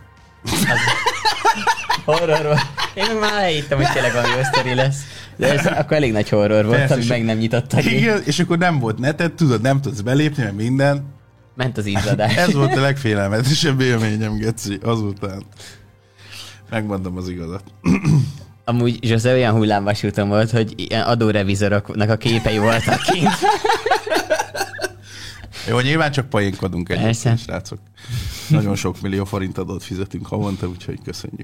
Horror volt. Én meg már elhittem, hogy tényleg valami sztori lesz. De ez akkor elég nagy horror volt, persze, ami meg nem nyitottak. Igen, és akkor nem volt neted, tudod, nem tudsz belépni, mert minden. Ment az izzadás. Ez volt a legfélelmetesebb élményem, Geci, azután. Megmondom az igazat. Amúgy Zsózse olyan hullámvasúton volt, hogy ilyen adórevizoroknak a képei voltak kint. Jó, nyilván csak poénkodunk egyébként, srácok. Nagyon sok millió forint adót fizetünk havonta, úgyhogy köszönjük.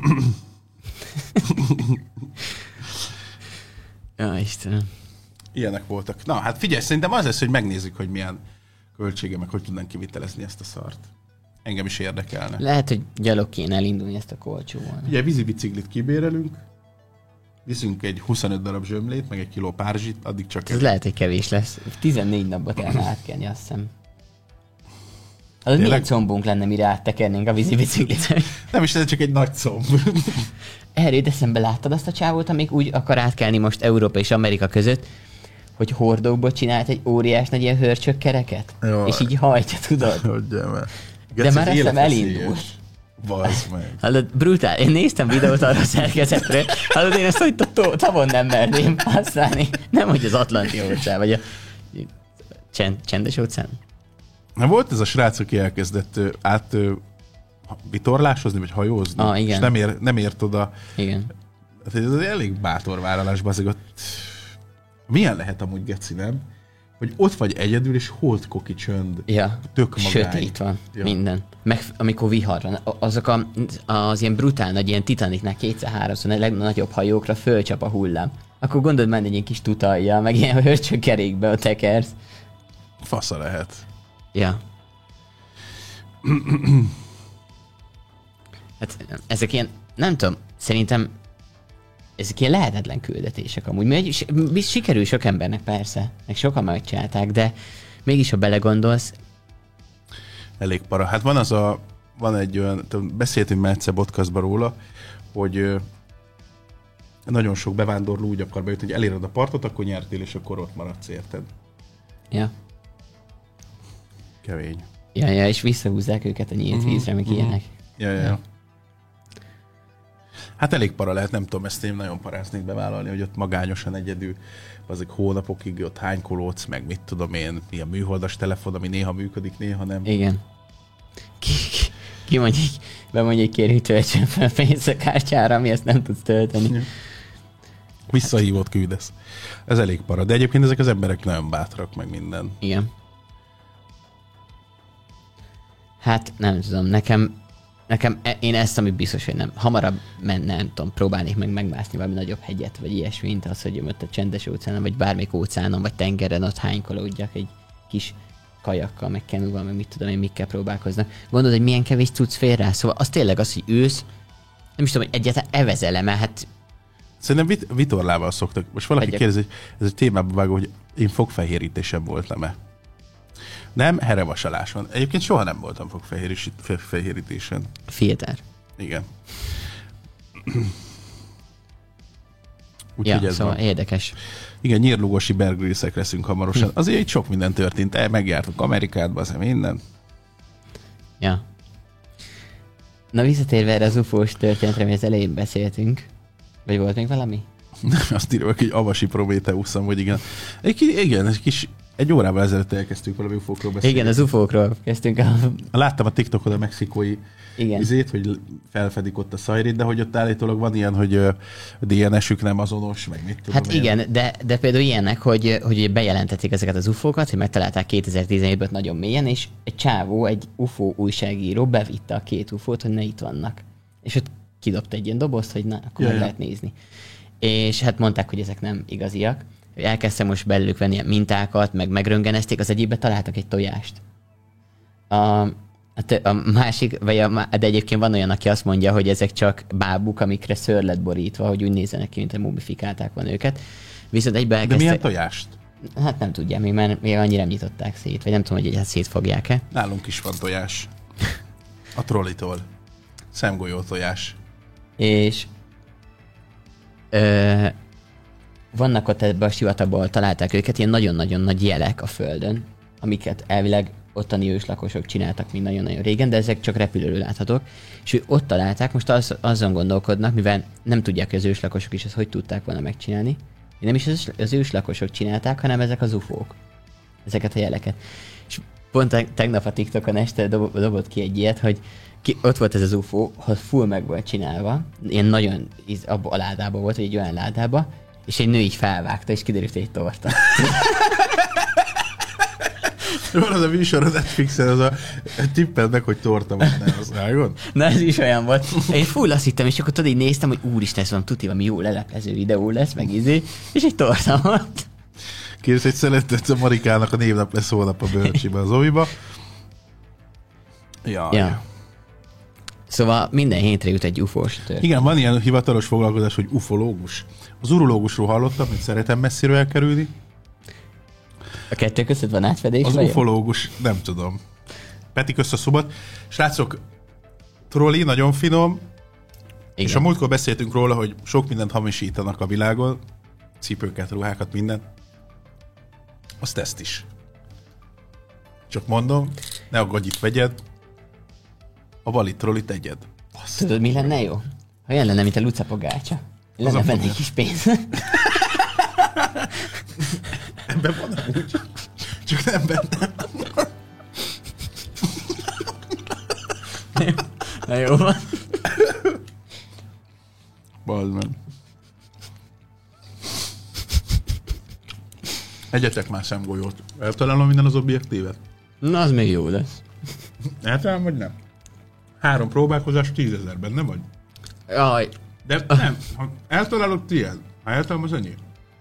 Ja, Istenem. Ilyenek voltak. Na, hát figyelj, szerintem az lesz, hogy megnézzük, hogy milyen költsége, meg hogy tudnánk kivitelezni ezt a szart. Engem is érdekelne. Lehet, hogy gyalog kéne elindulni ezt a kolcsóval. Ugye vízibiciklit kibérelünk, viszünk egy 25 darab zsömlét, meg 1 kiló párzsit, addig csak... Ez lehet, hogy kevés lesz. 14 napba kellene átkelni, azt hiszem. Az milyen combunk lenne, mire áttekernénk a vízibiciklit? Nem is, ez csak egy nagy comb. Erről eszembe láttad azt a csávót, amíg úgy akar átkelni most Európa és Amerika között, hogy hordókból csinált egy óriás nagy ilyen hörcsökkereket? Jó. És így hajtja, tudod? De már eszem elindult. Bazd meg. Hallod, brutál. Én néztem videót arra a szerkezetről. Hallod, én ezt hogy tavon nem merném használni. Nem, hogy az Atlanti óceán, vagy a csendes óceán. Na, volt ez a srác, aki elkezdett vitorlásozni, vagy hajózni, igen. És nem ért oda. Igen. Hát ez elég bátor vállalás, bazeg. Milyen lehet amúgy, Geci, nem? Hogy ott vagy egyedül, és holdkoki csönd. Ja, tök magány. sötét van, minden. Meg amikor vihar van, azok az ilyen brutál nagy, ilyen Titanicnál 2-3-szor a legnagyobb hajókra fölcsap a hullám. Akkor gondold már egy ilyen kis tutajjal, meg ilyen hörcsökkerékbe a tekersz. Fasza lehet. Ja. Hát ezek ilyen, nem tudom, szerintem ezek ilyen lehetetlen küldetések amúgy. Mert sikerül sok embernek persze, meg sokan megcsinálták, de mégis, ha belegondolsz... Elég para. Hát van egy olyan, beszéltünk már egyszer podcastban róla, hogy nagyon sok bevándorló úgy akar bejutni, hogy eléred a partot, akkor nyertél, és akkor ott maradsz, érted? Ja. Kemény. Ja, és visszahúzzák őket a nyílt vízre, meg ilyenek. Ja. Hát elég para lehet, nem tudom, ezt én nagyon paráznék bevállalni, hogy ott magányosan egyedül, azok hónapokig ott hánykolódsz, meg mit tudom én, mi a műholdas telefon, ami néha működik, néha nem. Igen. Ki mondjuk, bemondja, hogy kéri, töltsön fel pénzt a kártyára, ami ezt nem tudsz tölteni. Ja. Visszahívót küldesz. Ez elég para. De egyébként ezek az emberek nagyon bátrak, meg minden. Igen. Hát nem tudom, nekem én ezt, ami biztos, hogy nem. Hamarabb nem tudom, próbálnék megmászni valami nagyobb hegyet, vagy ilyesmi, mint az, hogy ott a csendes óceánon, vagy bármelyik óceánon, vagy tengeren ott hánykolódjak egy kis kajakkal, meg kenúval, meg mit tudom én, mikkel próbálkoznak. Gondolod, hogy milyen kevés tudsz fél rá? Szóval az tényleg az, hogy ősz, nem is tudom, hogy egyáltalán evezel-e, mert hát... Szerintem vitorlával szoktak. Most valaki kérdezi, hogy ez egy témába vágó, hogy én fogfehérítésem voltam-e. Nem, herevasaláson. Egyébként soha nem voltam fogfehérítésen. Filter. Igen. Ja, szóval van. Érdekes. Igen, nyírlugosi bergrészek leszünk hamarosan. Azért itt sok minden történt. Megjártuk Amerikát, az minden. Ja. Na visszatérve erre az UFO-s történetre, ami az elején beszéltünk. Vagy volt még valami? Azt írva, hogy Avasi Prométheuszom, hogy igen. Igen, egy órával ezelőtt elkezdtünk valami UFO-król beszélni. Igen, az UFO-król kezdtünk. Láttam a TikTokon a mexikói izét, hogy felfedik ott a szajrit, de hogy ott állítólag van ilyen, hogy a DNS-ük nem azonos, meg mit tudom. Hát igen, de például ilyenek, hogy bejelentették ezeket az UFO-kat, hogy megtalálták 2017-ben nagyon mélyen, és egy csávó, egy UFO újságíró bevitte a két UFO-t, hogy ne itt vannak. És ott kidobta egy ilyen dobozt, hogy na, akkor meg lehet nézni. És hát mondták, hogy ezek nem igaziak. Elkezdtem most belőlük venni ilyen mintákat, meg megröntgenezték, az egyikbe találtak egy tojást. A másik, de egyébként van olyan, aki azt mondja, hogy ezek csak bábuk, amikre szőr lett borítva, hogy úgy nézzenek ki, mint hogy mumifikálták van őket. Viszont egyben elkezdte... De milyen tojást? Hát nem tudja, még annyira nem nyitották szét, vagy nem tudom, hogy egyáltalán szétfogják-e. Nálunk is van tojás. A trollitól. Szemgolyó tojás. És vannak ott ebben a sivatagban, találták őket, ilyen nagyon-nagyon nagy jelek a földön, amiket elvileg ottani őslakosok csináltak mind nagyon-nagyon régen, de ezek csak repülőről láthatók. És ott találták, most azon gondolkodnak, mivel nem tudják, hogy az őslakosok is ezt hogy tudták volna megcsinálni. Nem is az őslakosok csinálták, hanem ezek az UFO-k. Ezeket a jeleket. És pont tegnap a TikTokon este dobott ki egy ilyet, hogy ott volt ez az UFO, hogy full meg volt csinálva, ilyen nagyon abban a ládában volt, vagy egy olyan ládában, és egy nő így felvágta, és kiderült egy torta. Van az a műsor az Netflixen, az a tippeld meg, hogy torta van, ne az vágod? Na ez is olyan volt. Én full azt hittem, és akkor tudod, így néztem, hogy úristen, ez van, tuti, valami jó leleplező videó lesz, meg és egy torta volt. Kérsz, hogy szeretett a Marikának a névnap lesz holnap a bölcsiben, az oviba. Ja. Szóval minden hétre jut egy UFO-s történet. Igen, van ilyen hivatalos foglalkozás, hogy ufológus. Az urológusról hallottam, hogy szeretem messziről elkerülni. A kettő között van átfedés? Az ufológus, nem tudom. Peti, kösz a szobat. Srácok, trolli, nagyon finom. Igen. És a múltkor beszéltünk róla, hogy sok mindent hamisítanak a világon. Cipőket, ruhákat, mindent. Azt ezt is. Csak mondom, ne aggódj, itt vegyed. A valit trollit egyed. Tudod, mi lenne jó? Ha olyan lenne, mint a Luca pogácsa. Lenne benne egy kis pénz. Ebben van amúgy. Csak nem benne. Na jó van. Bazd meg. Egyetek már szemgolyót. Eltalálom minden az objektívet? Na, az még jó lesz. Eltalálom, vagy nem? 3 próbálkozás 10 000, benne vagy? Jaj. De nem, ha eltalálod, tiéd. Ha eltalálom, az enyém.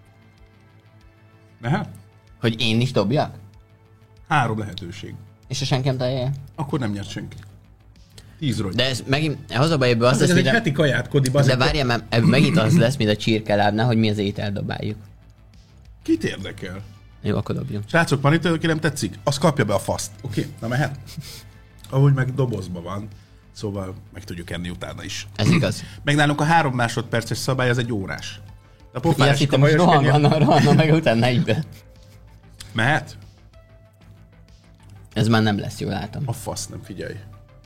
Mehet? Hogy én is dobjak? 3 lehetőség. És ha senki nem találja? Akkor nem nyert senki. 10 rogy. De ez megint, az a baj, ebből az lesz, ez egy heti kaját, Kodi, de várjál, mert ebből megint az lesz, mint a csirkelábnál, hogy mi az ételt dobáljuk. Kit érdekel? Jó, akkor dobjunk. Srácok, van itt, aki nem tetszik? Az kapja be a faszt. Oké? Na mehet? Ahogy meg dobozban van. Szóval meg tudjuk enni utána is. Ez igaz. Meg nálunk a 3 másodperces szabály, az egy órás. A Ja, pofás azt hittem, most rohanna meg utána egybe. Mehet? Ez már nem lesz, jól látom. A fasz, nem figyelj.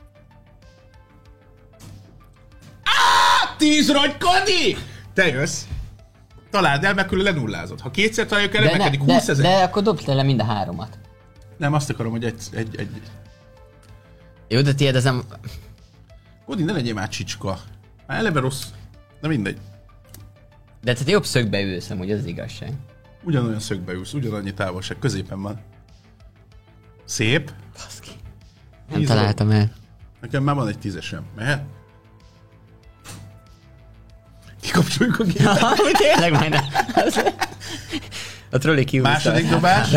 10 rogy, Kodi! Te jössz. Találd el, meg külön lenullázod. Ha kétszer találjuk el, emelkedik 20 000. De akkor dobd le mind a 3-at. Nem, azt akarom, hogy egy... Jó, de tiéd ez nem... Kodi, ne legyél már csicska. Már eleve rossz. Na mindegy. De te jobb szögbe ülsz, amúgy az igazság. Ugyanolyan szögbe ülsz, ugyanannyi távolság. Középen van. Szép. Baszki. Nem találtam el. Nekem már van egy 10-esem. Mehet? Kikapcsoljuk a gépet. Tényleg majd nem. A trolli kiúszta. Második dobás.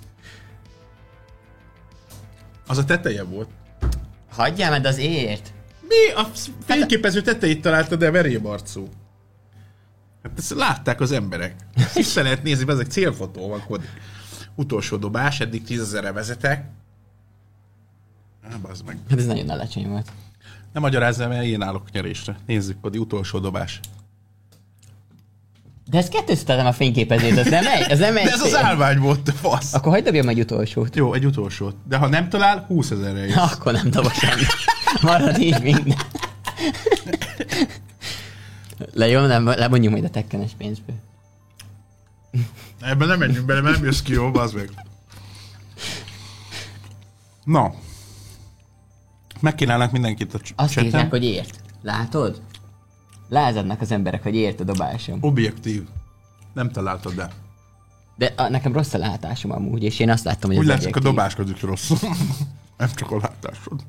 Az a teteje volt. Hagyjál meg, az ért. Mi? A fényképező tetejét találtad, de verémarcú. Hát ezt látták az emberek. Vissza lehet nézni, ezek célfotó van, Kodi. Utolsó dobás, eddig 10 000-re vezetek. Bazd meg. Hát ez nagyon alacsony volt. Nem magyarázzál, mert én állok nyerésre. Nézzük, Kodi, utolsó dobás. De ezt kettőztetem a fényképezőt, az nem egy? De ez az állvány volt, te fasz. Akkor hagyd dobjam egy utolsót. Jó, egy utolsót. De ha nem talál, 20 000-re jössz. Akkor nem dobok semmi. Marad így minden. Lemondjuk majd a tekkenes pénzből. Ebben nem menjünk bele, mert nem jössz ki, jó, bazd meg. Na. Megkínálnak mindenkit a Azt chaten. írják, hogy ért. Látod? Lázadnak az emberek, hogy ért a dobásom. Objektív. Nem találtad, de. De nekem rossz a látásom amúgy, és én azt láttam, hogy Úgy ez látszik, a objektív. dobásod is rossz. Nem csak a látásod.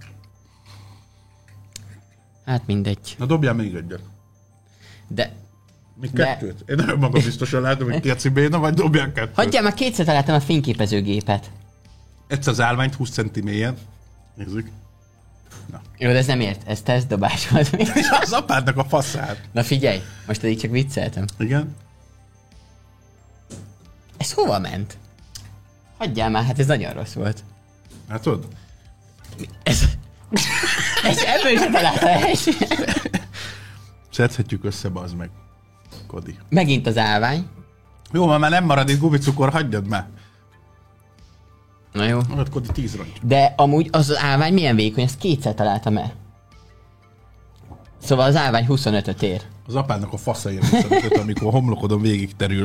Hát mindegy. Na dobjál még egyet. De Még kettőt? Én nagyon magabiztosan látom, hogy Keci béna, vagy dobjál kettőt. hagyjál, már kétszer találtam a fényképezőgépet. Egyszer az állványt 20 centi mélyen. Nézzük. Jó, de ez nem ért. Ez tesztdobás volt még. És az apádnak a faszát. Na figyelj, most pedig csak vicceltem. Igen? Ez hova ment? Hagyjál már, hát ez nagyon rossz volt. Látod? Ez ebből is találta el. Szedhetjük össze, bazd meg. Kodi. Megint az állvány. Jó, már nem marad itt gumicukor, hagyjad már. Na jó. Marad, Kodi, 10 rongy. De amúgy az állvány milyen vékony, ezt kétszer találtam el. Szóval az állvány 25-öt ér. Az apádnak a fasza ér 25-öt, amikor a homlokodon végig terül.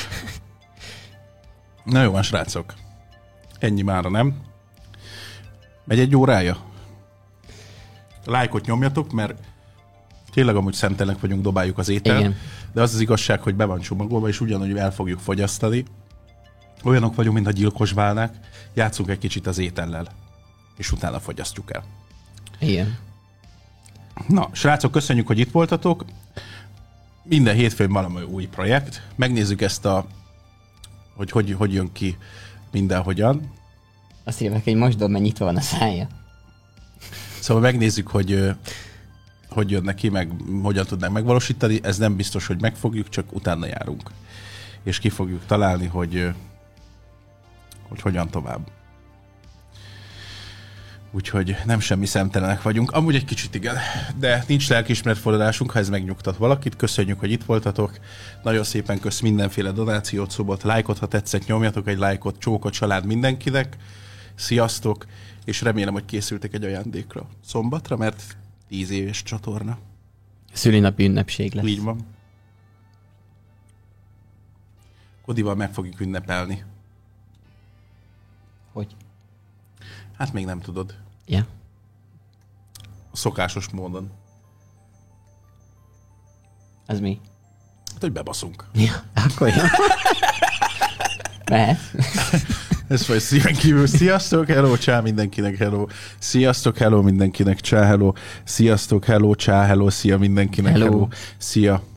Na jó van, srácok. Ennyi mára, nem? Megy egy órája? Lájkot nyomjatok, mert tényleg amúgy szemtelenek vagyunk, dobáljuk az ételt. Igen. De az az igazság, hogy be van csomagolva, és ugyanúgy el fogjuk fogyasztani. Olyanok vagyunk, mint a gyilkos válnák. Játszunk egy kicsit az étellel, és utána fogyasztjuk el. Igen. Na, srácok, köszönjük, hogy itt voltatok. Minden hétfőn valami új projekt. Megnézzük ezt hogy jön ki mindenhogyan. Azt írják, hogy most dob, mert nyitva van a szája. Szóval megnézzük, hogy jön neki, meg hogyan tudnánk megvalósítani. Ez nem biztos, hogy megfogjuk, csak utána járunk. És ki fogjuk találni, hogy hogyan tovább. Úgyhogy nem semmi szemtelenek vagyunk. Amúgy egy kicsit igen, de nincs lelkiismeretfordulásunk, ha ez megnyugtat valakit. Köszönjük, hogy itt voltatok. Nagyon szépen kösz mindenféle donációt, szobot, lájkot, ha tetszett, nyomjatok egy lájkot, csókot, család mindenkinek. Sziasztok, és remélem, hogy készültek egy ajándékra szombatra, mert 10 éves csatorna. Szülinapi ünnepség lesz. Így van. Kodival meg fogjuk ünnepelni. Hogy? Hát még nem tudod. Ja. Szokásos módon. Az mi? Hát, hogy bebaszunk. Ja, akkor jó. Mehet. Ez vagy szíven kívül. Sziasztok, hello, csá mindenkinek, hello. Sziasztok, hello mindenkinek, csá, hello. Sziasztok, hello, csá, hello, szia mindenkinek, Hello. hello. Szia.